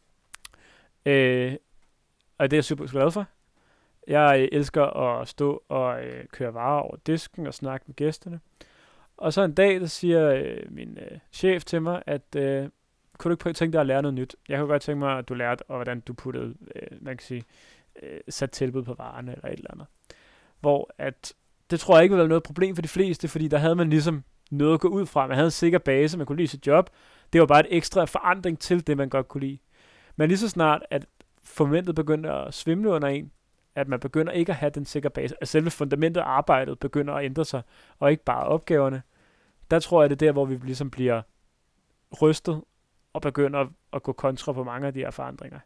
Øh, og det er jeg super glad for. Jeg øh, elsker at stå og øh, køre varer over disken og snakke med gæsterne. Og så en dag, der siger øh, min øh, chef til mig, at øh, kunne du ikke prøve tænke dig at lære noget nyt? Jeg kunne godt tænke mig, at du lærte, og hvordan du puttede, øh, man kan sige, øh, sat tilbud på varerne eller et eller andet. Hvor at, det tror jeg ikke ville være noget problem for de fleste, fordi der havde man ligesom noget at gå ud fra. Man havde en sikker base, man kunne lide sit job. Det var bare et ekstra forandring til det, man godt kunne lide. Men lige så snart, at fundamentet begynder at svimle under en, at man begynder ikke at have den sikre base, at selve fundamentet af arbejdet begynder at ændre sig, og ikke bare opgaverne, der tror jeg, det er der, hvor vi ligesom bliver rystet og begynder at, at gå kontra på mange af de her forandringer.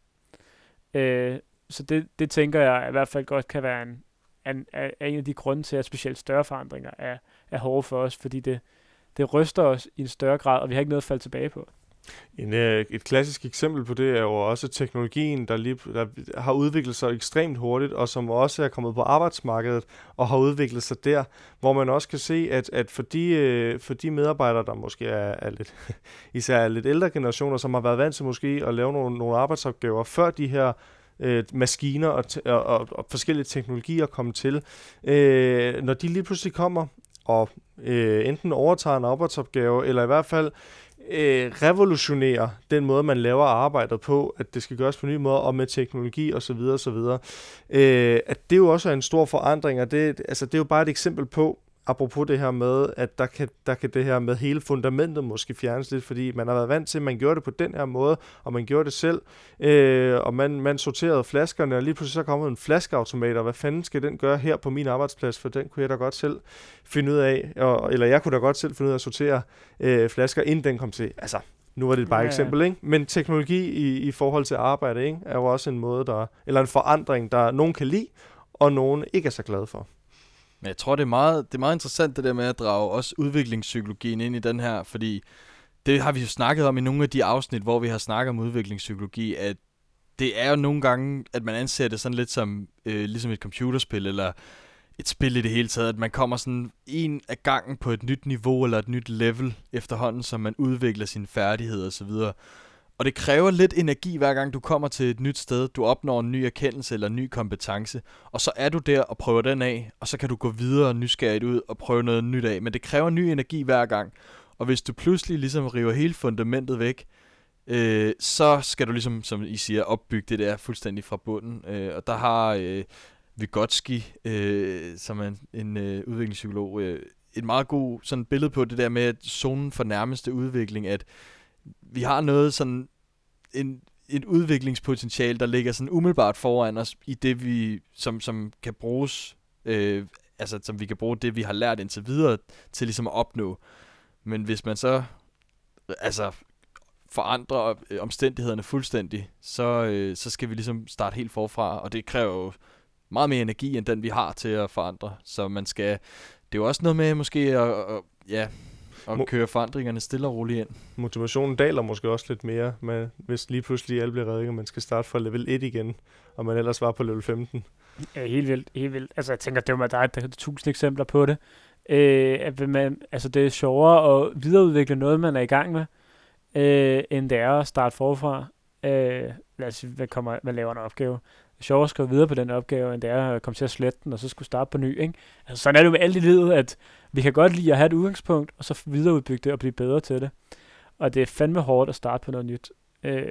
Øh, så det, det tænker jeg i hvert fald godt kan være en, en, en, en af de grunde til, at specielt større forandringer er, er hårde for os, fordi det, det ryster os i en større grad, og vi har ikke noget at falde tilbage på. En, øh, et klassisk eksempel på det er jo også teknologien, der, lige, der har udviklet sig ekstremt hurtigt, og som også er kommet på arbejdsmarkedet og har udviklet sig der, hvor man også kan se, at, at for, de, øh, for de medarbejdere, der måske er, er lidt, især er lidt ældre generationer, som har været vant til måske at lave nogle, nogle arbejdsopgaver før de her øh, maskiner og, te- og, og, og forskellige teknologier kom til, øh, når de lige pludselig kommer og øh, enten overtager en arbejdsopgave, eller i hvert fald Øh, revolutionere den måde, man laver arbejdet på, at det skal gøres på en ny måde, og med teknologi osv. osv. Øh, at det jo også er en stor forandring, og det, altså, det er jo bare et eksempel på, apropos det her med, at der kan, der kan det her med hele fundamentet måske fjernes lidt, fordi man har været vant til, at man gjorde det på den her måde, og man gjorde det selv, øh, og man, man sorterede flaskerne, og lige pludselig så kommer en flaskeautomat, og hvad fanden skal den gøre her på min arbejdsplads, for den kunne jeg da godt selv finde ud af, og, eller jeg kunne da godt selv finde ud af at sortere øh, flasker, inden den kom til. Altså, nu var det bare et Ja, eksempel, ikke? Men teknologi i, i forhold til arbejde, ikke, er jo også en måde, der, eller en forandring, der nogen kan lide, og nogen ikke er så glade for. Men jeg tror, det er meget, det er meget interessant det der med at drage også udviklingspsykologien ind i den her, fordi det har vi jo snakket om i nogle af de afsnit, hvor vi har snakket om udviklingspsykologi, at det er jo nogle gange, at man anser det sådan lidt som øh, ligesom et computerspil, eller et spil i det hele taget, at man kommer sådan en af gangen på et nyt niveau, eller et nyt level efterhånden, som man udvikler sine færdigheder osv. Og det kræver lidt energi, hver gang du kommer til et nyt sted. Du opnår en ny erkendelse eller en ny kompetence. Og så er du der og prøver den af. Og så kan du gå videre nysgerrigt ud og prøve noget nyt af. Men det kræver ny energi hver gang. Og hvis du pludselig ligesom river hele fundamentet væk, øh, så skal du ligesom, som I siger, opbygge det der fuldstændig fra bunden. Øh, og der har øh, Vygotsky, øh, som er en, en øh, udviklingspsykolog, øh, et meget god sådan billede på det der med zonen for nærmeste udvikling, at vi har noget sådan en, en udviklingspotentiale, der ligger sådan umiddelbart foran os i det vi som som kan bruges, øh, altså som vi kan bruge det vi har lært indtil videre til ligesom at opnå. Men hvis man så altså forandrer omstændighederne fuldstændig, så øh, så skal vi ligesom starte helt forfra, og det kræver jo meget mere energi end den vi har til at forandre. Så man skal, det er jo også noget med måske at, at ja og Mo- køre forandringerne stille og roligt ind. Motivationen daler måske også lidt mere, med, hvis lige pludselig alle bliver reddet, og man skal starte fra level et igen, og man ellers var på level femten. Ja, helt vildt, helt vildt. Altså, jeg tænker, det var med dig, der er tusind eksempler på det. Øh, at man, altså, det er sjovere at videreudvikle noget, man er i gang med, øh, end det er at starte forfra. Øh, lad os sige, hvad kommer, man laver en opgave. Det er sjovere at skrive videre på den opgave, end det er at komme til at slette den, og så skulle starte på ny, ikke? Altså, sådan er det jo med alt i livet, at vi kan godt lide at have et udgangspunkt, og så videreudbygge det og blive bedre til det. Og det er fandme hårdt at starte på noget nyt. Øh,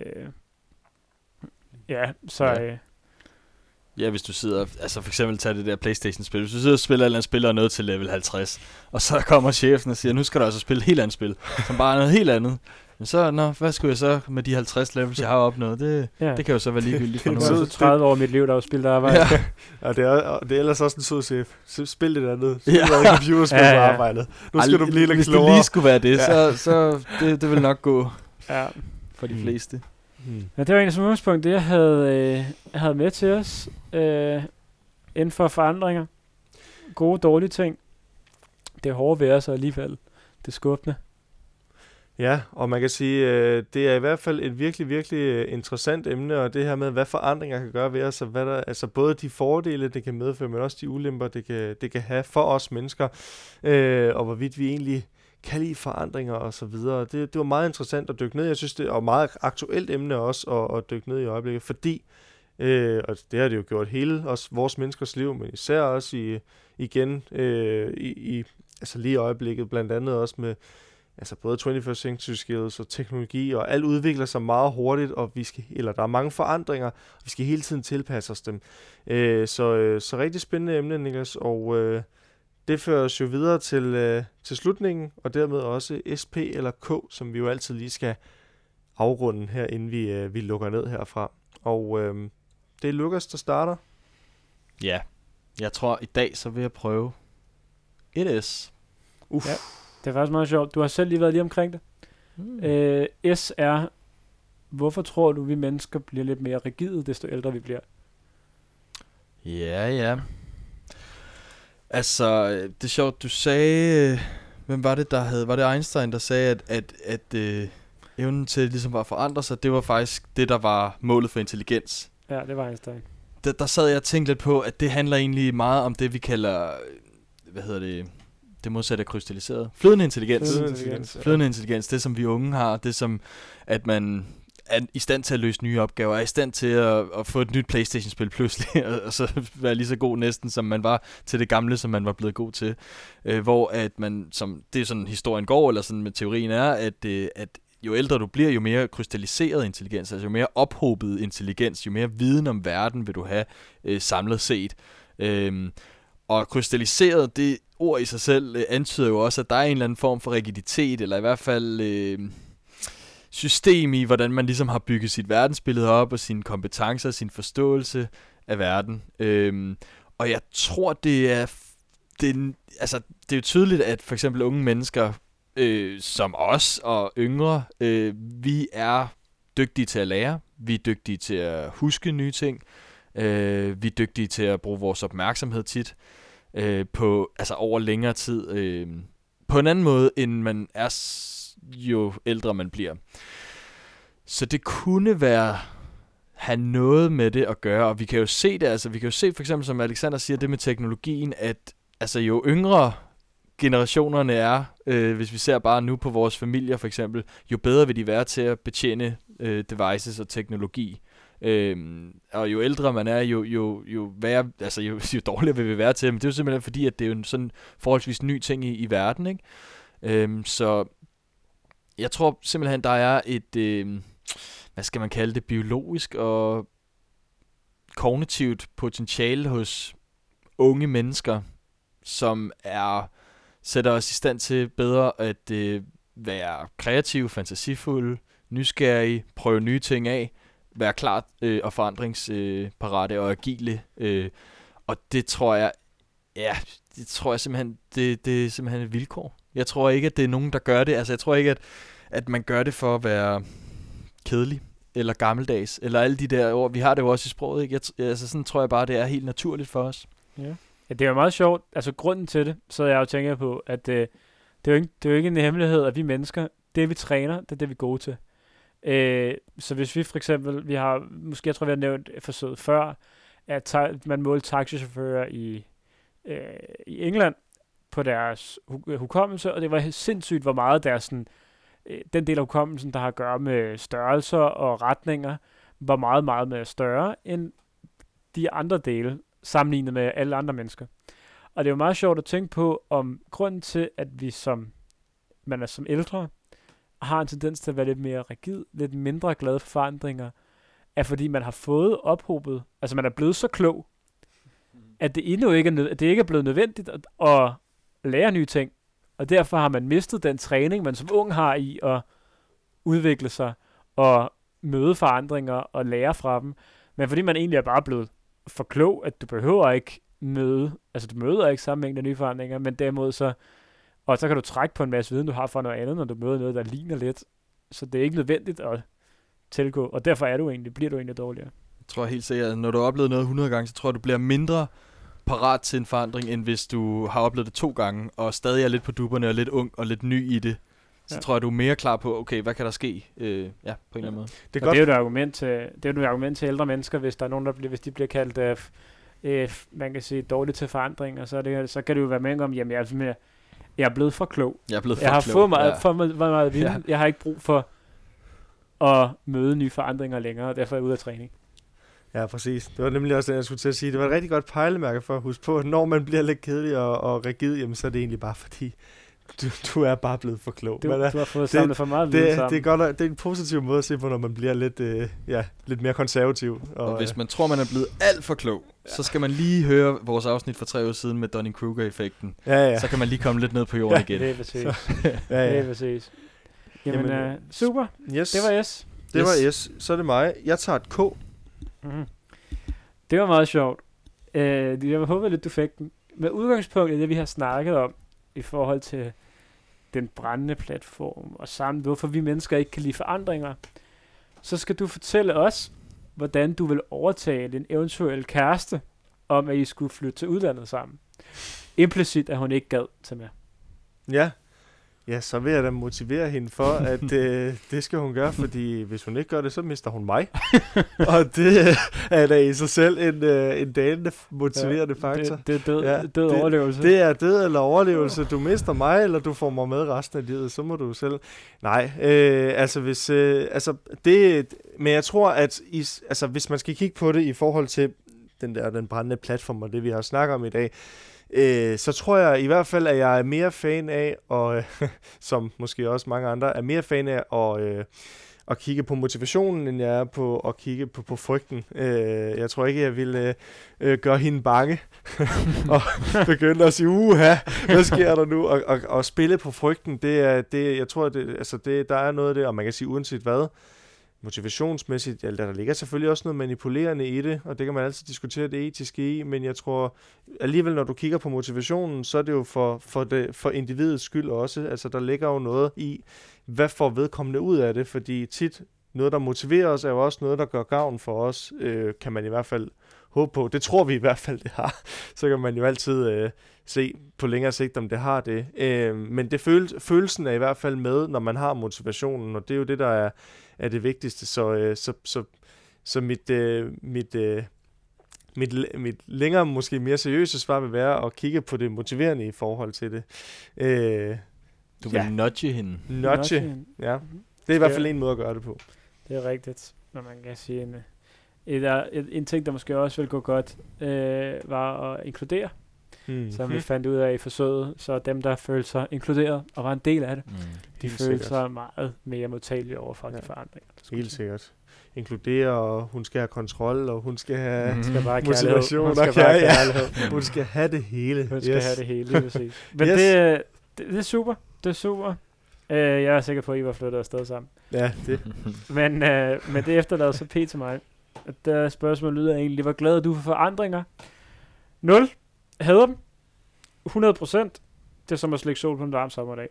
ja, så... Ja. Øh, Ja, hvis du sidder, altså for eksempel tager det der PlayStation-spil, hvis du sidder og spiller et eller andet spil og noget til level halvtreds, og så kommer chefen og siger, nu skal du altså spille et helt andet spil, som bare er noget helt andet. Men så, nå, hvad skulle jeg så med de halvtreds levels, jeg har opnået? Det, ja. det kan jo så være ligegyldigt for nu nogen. er det tredive år af mit liv, der har spillet arbejde. Ja. Og det er, og det er ellers også en sød chef. Spil det andet. Spil Ja. ja. computerspil Ja, på ja. arbejdet. Nu skal Ej, du blive lidt hvis klogere. det lige skulle være det, Ja. så, så det, det vil nok gå Ja. for de Mm. fleste. Hmm. Ja, det var egentlig som udgangspunkt det, jeg havde, øh, jeg havde med til os øh, inden for forandringer. Gode, dårlige ting. Det er hårde ved os alligevel. Det er skubbende. Ja, og man kan sige, øh, det er i hvert fald et virkelig, virkelig øh, interessant emne, og det her med, hvad forandringer kan gøre ved os, og hvad der, altså både de fordele, det kan medføre, men også de ulemper, det kan, det kan have for os mennesker, øh, og hvorvidt vi egentlig kan lide forandringer og så videre. Det, det var meget interessant at dykke ned. Jeg synes, det er et meget aktuelt emne også at, at dykke ned i øjeblikket, fordi, øh, og det har det jo gjort hele os, vores menneskers liv, men især også i, igen øh, i, i, altså lige i øjeblikket, blandt andet også med altså både twenty-first century skills og teknologi, og alt udvikler sig meget hurtigt, og vi skal, eller der er mange forandringer, og vi skal hele tiden tilpasse os dem. Øh, så, øh, så rigtig spændende emne, Niklas, og øh, det fører os jo videre til, øh, til slutningen, og dermed også S P eller K, som vi jo altid lige skal afrunde her, inden vi, øh, vi lukker ned herfra. Og øh, det er Lukas, der starter. Ja, jeg tror i dag, så vil jeg prøve et S. Uff. Ja. Det er faktisk meget sjovt. Du har selv lige været lige omkring det. Mm. Øh, S er hvorfor tror du, vi mennesker bliver lidt mere rigide, desto ældre vi bliver? Ja, ja. Altså, det er sjovt, du sagde... øh, Hvem var det, der havde... Var det Einstein, der sagde, at, at, at øh, evnen til ligesom bare at forandre sig, det var faktisk det, der var målet for intelligens. Ja, det var Einstein. Der, der sad jeg og tænkte lidt på, at det handler egentlig meget om det, vi kalder... øh, Hvad hedder det? Det modsatte af krystalliseret. Flydende intelligens. Flydende Flydende intelligens. intelligens. Flydende intelligens, det som vi unge har, det som, at man er i stand til at løse nye opgaver, er i stand til at, at få et nyt PlayStation-spil pludselig, og, og så være lige så god næsten, som man var til det gamle, som man var blevet god til. Øh, hvor at man, som det er sådan historien går, eller sådan med teorien er, at, øh, at jo ældre du bliver, jo mere krystalliseret intelligens, altså jo mere ophobet intelligens, jo mere viden om verden vil du have øh, samlet set. Øh, og krystalliseret, det ord i sig selv øh, antyder jo også, at der er en eller anden form for rigiditet, eller i hvert fald øh, system i, hvordan man ligesom har bygget sit verdensbillede op, og sine kompetencer, sin forståelse af verden. Øh, og jeg tror, det er, det, er, altså, det er jo tydeligt, at for eksempel unge mennesker, øh, som os og yngre, øh, vi er dygtige til at lære, vi er dygtige til at huske nye ting, øh, vi er dygtige til at bruge vores opmærksomhed tit, Øh, på, altså over længere tid, øh, på en anden måde, end man er, s- jo ældre man bliver. Så det kunne være, have noget med det at gøre, og vi kan jo se det, altså vi kan jo se for eksempel, som Alexander siger, det med teknologien, at altså jo yngre generationerne er, øh, hvis vi ser bare nu på vores familier for eksempel, jo bedre vil de være til at betjene øh, devices og teknologi. Øhm, og jo ældre man er, jo, jo, jo, værre, altså jo, jo dårligere vil vi være til. Men det er jo simpelthen fordi, at det er jo en sådan forholdsvis ny ting i, i verden, ikke? Øhm, så jeg tror simpelthen, der er et, øh, hvad skal man kalde det, biologisk og kognitivt potentiale hos unge mennesker, som er sætter os i stand til bedre at øh, være kreative, fantasifulde, nysgerrige, prøve nye ting af, være klar øh, og forandringsparate øh, og agile. Øh, og det tror jeg, ja, det tror jeg simpelthen, det, det er simpelthen et vilkår. Jeg tror ikke, at det er nogen, der gør det. Altså, jeg tror ikke, at, at man gør det for at være kedelig eller gammeldags, eller alle de der ord. Vi har det jo også i sproget, ikke? Jeg, t- altså, sådan tror jeg bare, det er helt naturligt for os. Ja. Ja, det er jo meget sjovt. Altså, grunden til det, så jeg jo tænker på, at øh, det, er jo ikke, det er jo ikke en hemmelighed, at vi mennesker, det vi træner, det er det, vi er gode til. Øh, så hvis vi for eksempel, vi har, måske jeg tror, vi har nævnt forsøget før, at ta- man målte taxichauffører i, øh, i England på deres hu- hukommelse, og det var sindssygt, hvor meget deres sådan, øh, den del af hukommelsen, der har at gøre med størrelser og retninger, var meget, meget mere større end de andre dele, sammenlignet med alle andre mennesker. Og det er jo meget sjovt at tænke på, om grunden til, at vi som, man er som ældre, har en tendens til at være lidt mere rigid, lidt mindre glad for forandringer, er fordi man har fået ophobet, altså man er blevet så klog, at det endnu ikke er, nød- at det ikke er blevet nødvendigt at, at lære nye ting. Og derfor har man mistet den træning, man som ung har i at udvikle sig og møde forandringer og lære fra dem. Men fordi man egentlig er bare blevet for klog, at du behøver ikke møde, altså du møder ikke samme mængde nye forandringer, men derimod så, og så kan du trække på en masse viden, du har fra noget andet, når du møder noget, der ligner lidt. Så det er ikke nødvendigt at tilgå, og derfor er du egentlig, bliver du egentlig dårligere. Jeg tror helt sikkert, at når du har oplevet noget hundrede gange, så tror jeg, du bliver mindre parat til en forandring, end hvis du har oplevet det to gange, og stadig er lidt på dupperne, og lidt ung, og lidt ny i det. Så Ja. tror jeg, du er mere klar på, okay, hvad kan der ske? Øh, ja, på en eller anden måde. Det er Og godt. det er jo et argument til, det er jo et argument til ældre mennesker, hvis der er nogen, der bliver, hvis de bliver kaldt, øh, f- øh, f- man kan sige, dårligt til forandring, og så, er det, så kan det jo være med om, jamen jeg er, simpelthen- jeg er blevet for klog. Jeg er blevet for Jeg har klog. fået meget, Ja. for meget, meget, meget viden. Ja. Ja. Jeg har ikke brug for at møde nye forandringer længere, og derfor er jeg ude af træning. Ja, præcis. Det var nemlig også det, jeg skulle til at sige. Det var et rigtig godt pejlemærke for at huske på, at når man bliver lidt kedelig og, og rigid, jamen, så er det egentlig bare fordi, du, du er bare blevet for klog. Du, Men, du har fået det- samlet for meget viden det, sammen. det, er godt, at- det er en positiv måde at se på, når man bliver lidt, øh, ja, lidt mere konservativ. Og, Og hvis man tror, man er blevet alt for klog, ja. så skal man lige høre vores afsnit for tre år siden med Dunning-Kruger-effekten. ja, ja, Ja. Så kan man lige komme lidt ned på jorden Ja. igen. Det er præcis. ja, Det er ja. præcis. Jamen, Jamen, øh, super. Yes, Det var S. det var S. Så er det mig. Jeg tager et K. Mm-hmm. Det var meget sjovt. Øh, jeg håber lidt, du fik den. Med udgangspunkt i det, vi har snakket om, i forhold til den brændende platform, og sammen, hvorfor vi mennesker ikke kan lide forandringer, så skal du fortælle os, hvordan du vil overtale en eventuel kæreste, om at I skulle flytte til udlandet sammen. Implicit, at hun ikke gad til med. Ja. Ja, så vil jeg da motivere hende for, at øh, det skal hun gøre, fordi hvis hun ikke gør det, så mister hun mig. Og det er da i sig selv en, øh, en dalende motiverende ja, faktor. Det, det er død, ja, død det, overlevelse. Det er død eller overlevelse. Du mister mig, eller du får mig med resten af livet, så må du selv... Nej, øh, altså hvis... Øh, altså det, men jeg tror, at i, altså, hvis man skal kigge på det i forhold til den der den brændende platform og det, vi har snakket om i dag, Øh, så tror jeg i hvert fald, at jeg er mere fan af, og øh, som måske også mange andre, er mere fan af at, øh, at kigge på motivationen, end jeg er på at kigge på, på frygten. Øh, jeg tror ikke, jeg vil øh, gøre hende bange og begynde at sige, uha, hvad sker der nu? Og, og, og spille på frygten, det er, det, jeg tror, det, altså det, der er noget af det, og man kan sige uanset hvad, motivationsmæssigt, ja, der ligger selvfølgelig også noget manipulerende i det, og det kan man altid diskutere det etiske i, men jeg tror alligevel, når du kigger på motivationen, så er det jo for, for, det, for individets skyld også. Altså, der ligger jo noget i, hvad får vedkommende ud af det, fordi tit noget, der motiverer os, er jo også noget, der gør gavn for os, øh, kan man i hvert fald håbe på. Det tror vi i hvert fald, det har. Så kan man jo altid øh, se på længere sigt, om det har det. Øh, men det føles, følelsen er i hvert fald med, når man har motivationen, og det er jo det, der er, er det vigtigste. Så, øh, så, så, så mit, øh, mit, øh, mit, mit længere, måske mere seriøse svar vil være at kigge på det motiverende i forhold til det. Øh, du vil ja. nudge hende. Nudge, hende. Ja. Det er i hvert fald en måde at gøre det på. Det er rigtigt, når man kan sige en... Et, et, en ting, der måske også ville gå godt, øh, var at inkludere, mm. som vi fandt ud af i forsøget, så dem, der følte sig inkluderet og var en del af det, mm. de Helt følte sikkert. sig meget mere modtagelige over for ja. de forandringer. Helt sikkert. Inkludere, og hun skal have kontrol, og hun skal have mm. skal bare motivation, hun skal, bare ja. hun skal have det hele. Hun skal yes. have det hele, lige præcis. Men yes. det, det, det er super, det er super. Uh, jeg er sikker på, at I var flyttet afsted sammen. Ja, det. men, uh, men det efterlader så P til mig. Der spørgsmål lyder egentlig, hvor glad er du for forandringer? nul. Hader dem. hundrede procent. Det er som at slække sol på en varm sommerdag.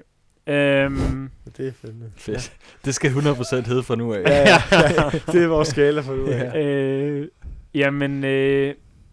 Øhm, det er fandme. Fedt. Ja. Det skal hundrede procent hedde fra nu af. ja, ja, ja, det er vores skala fra nu af. Ja. Øh, jamen, øh,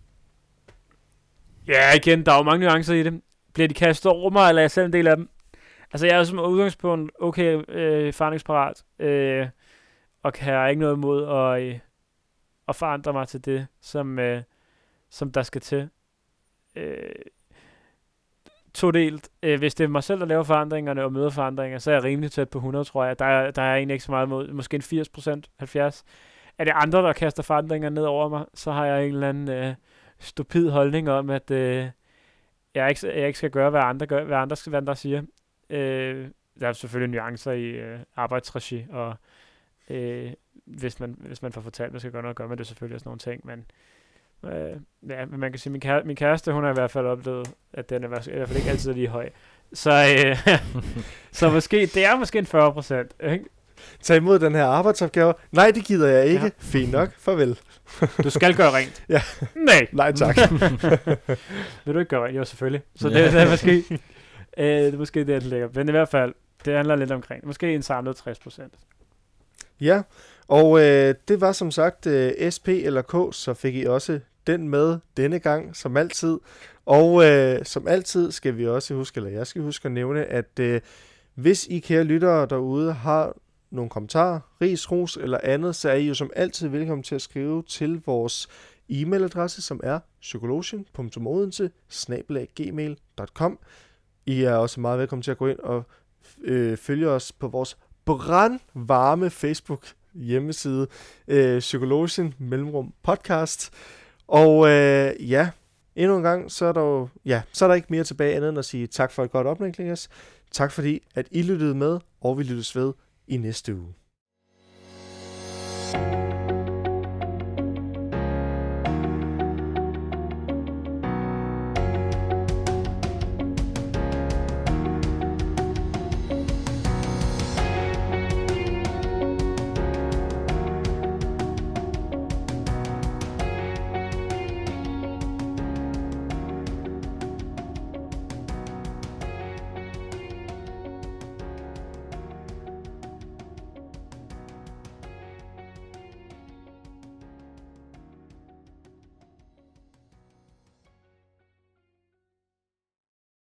ja igen, der er jo mange nuancer i det. Bliver de kastet over mig, eller er jeg selv en del af dem? Altså, jeg er jo som udgangspunkt okay øh, forandringsparat, øh, og har ikke noget imod at... Øh, og forandre mig til det, som, øh, som der skal til. Øh, todelt. Øh, hvis det er mig selv, der laver forandringerne og møder forandringer, så er jeg rimelig tæt på hundrede, tror jeg. Der er, der er egentlig ikke så meget mod, måske en firs procent, halvfjerds. Er det andre, der kaster forandringer ned over mig, så har jeg en eller anden øh, stupid holdning om, at øh, jeg, ikke, jeg ikke skal gøre, hvad andre, gør, hvad andre, hvad andre siger. Øh, der er selvfølgelig nuancer i øh, arbejdsregi, og øh, hvis man, hvis man får fortalt, at man skal gøre noget, gør man det selvfølgelig også nogle ting, men øh, ja, men man kan sige, min, kære, min kæreste, hun har i hvert fald oplevet, at den er i hvert fald ikke altid lige høj. Så, øh, så måske, det er måske en fyrre procent, ikke? Tag imod den her arbejdsopgave. Nej, det gider jeg ikke. Ja. Fint nok, farvel. Du skal gøre rent. Ja. Nej. Nej, tak. Vil du ikke gøre rent? Jo, selvfølgelig. Så det, det er måske, øh, det er måske det, der ligger. Men i hvert fald, det handler lidt omkring. Måske en samlet tres procent. Ja, og øh, det var som sagt øh, S P eller K, så fik I også den med denne gang, som altid. Og øh, som altid skal vi også huske, eller jeg skal huske at nævne, at øh, hvis I kære lyttere derude har nogle kommentarer, ris, ros eller andet, så er I jo som altid velkommen til at skrive til vores e-mailadresse, som er psykologien punktum odense snabel-a gmail punktum com. I er også meget velkommen til at gå ind og øh, følge os på vores brandvarme Facebook hjemmeside, øh, Psykologien Mellemrum Podcast. Og øh, ja, endnu en gang, så er der jo, ja, så er der ikke mere tilbage andet end at sige tak for et godt oplæg, Niklas. Tak fordi, at I lyttede med, og vi lyttes ved i næste uge.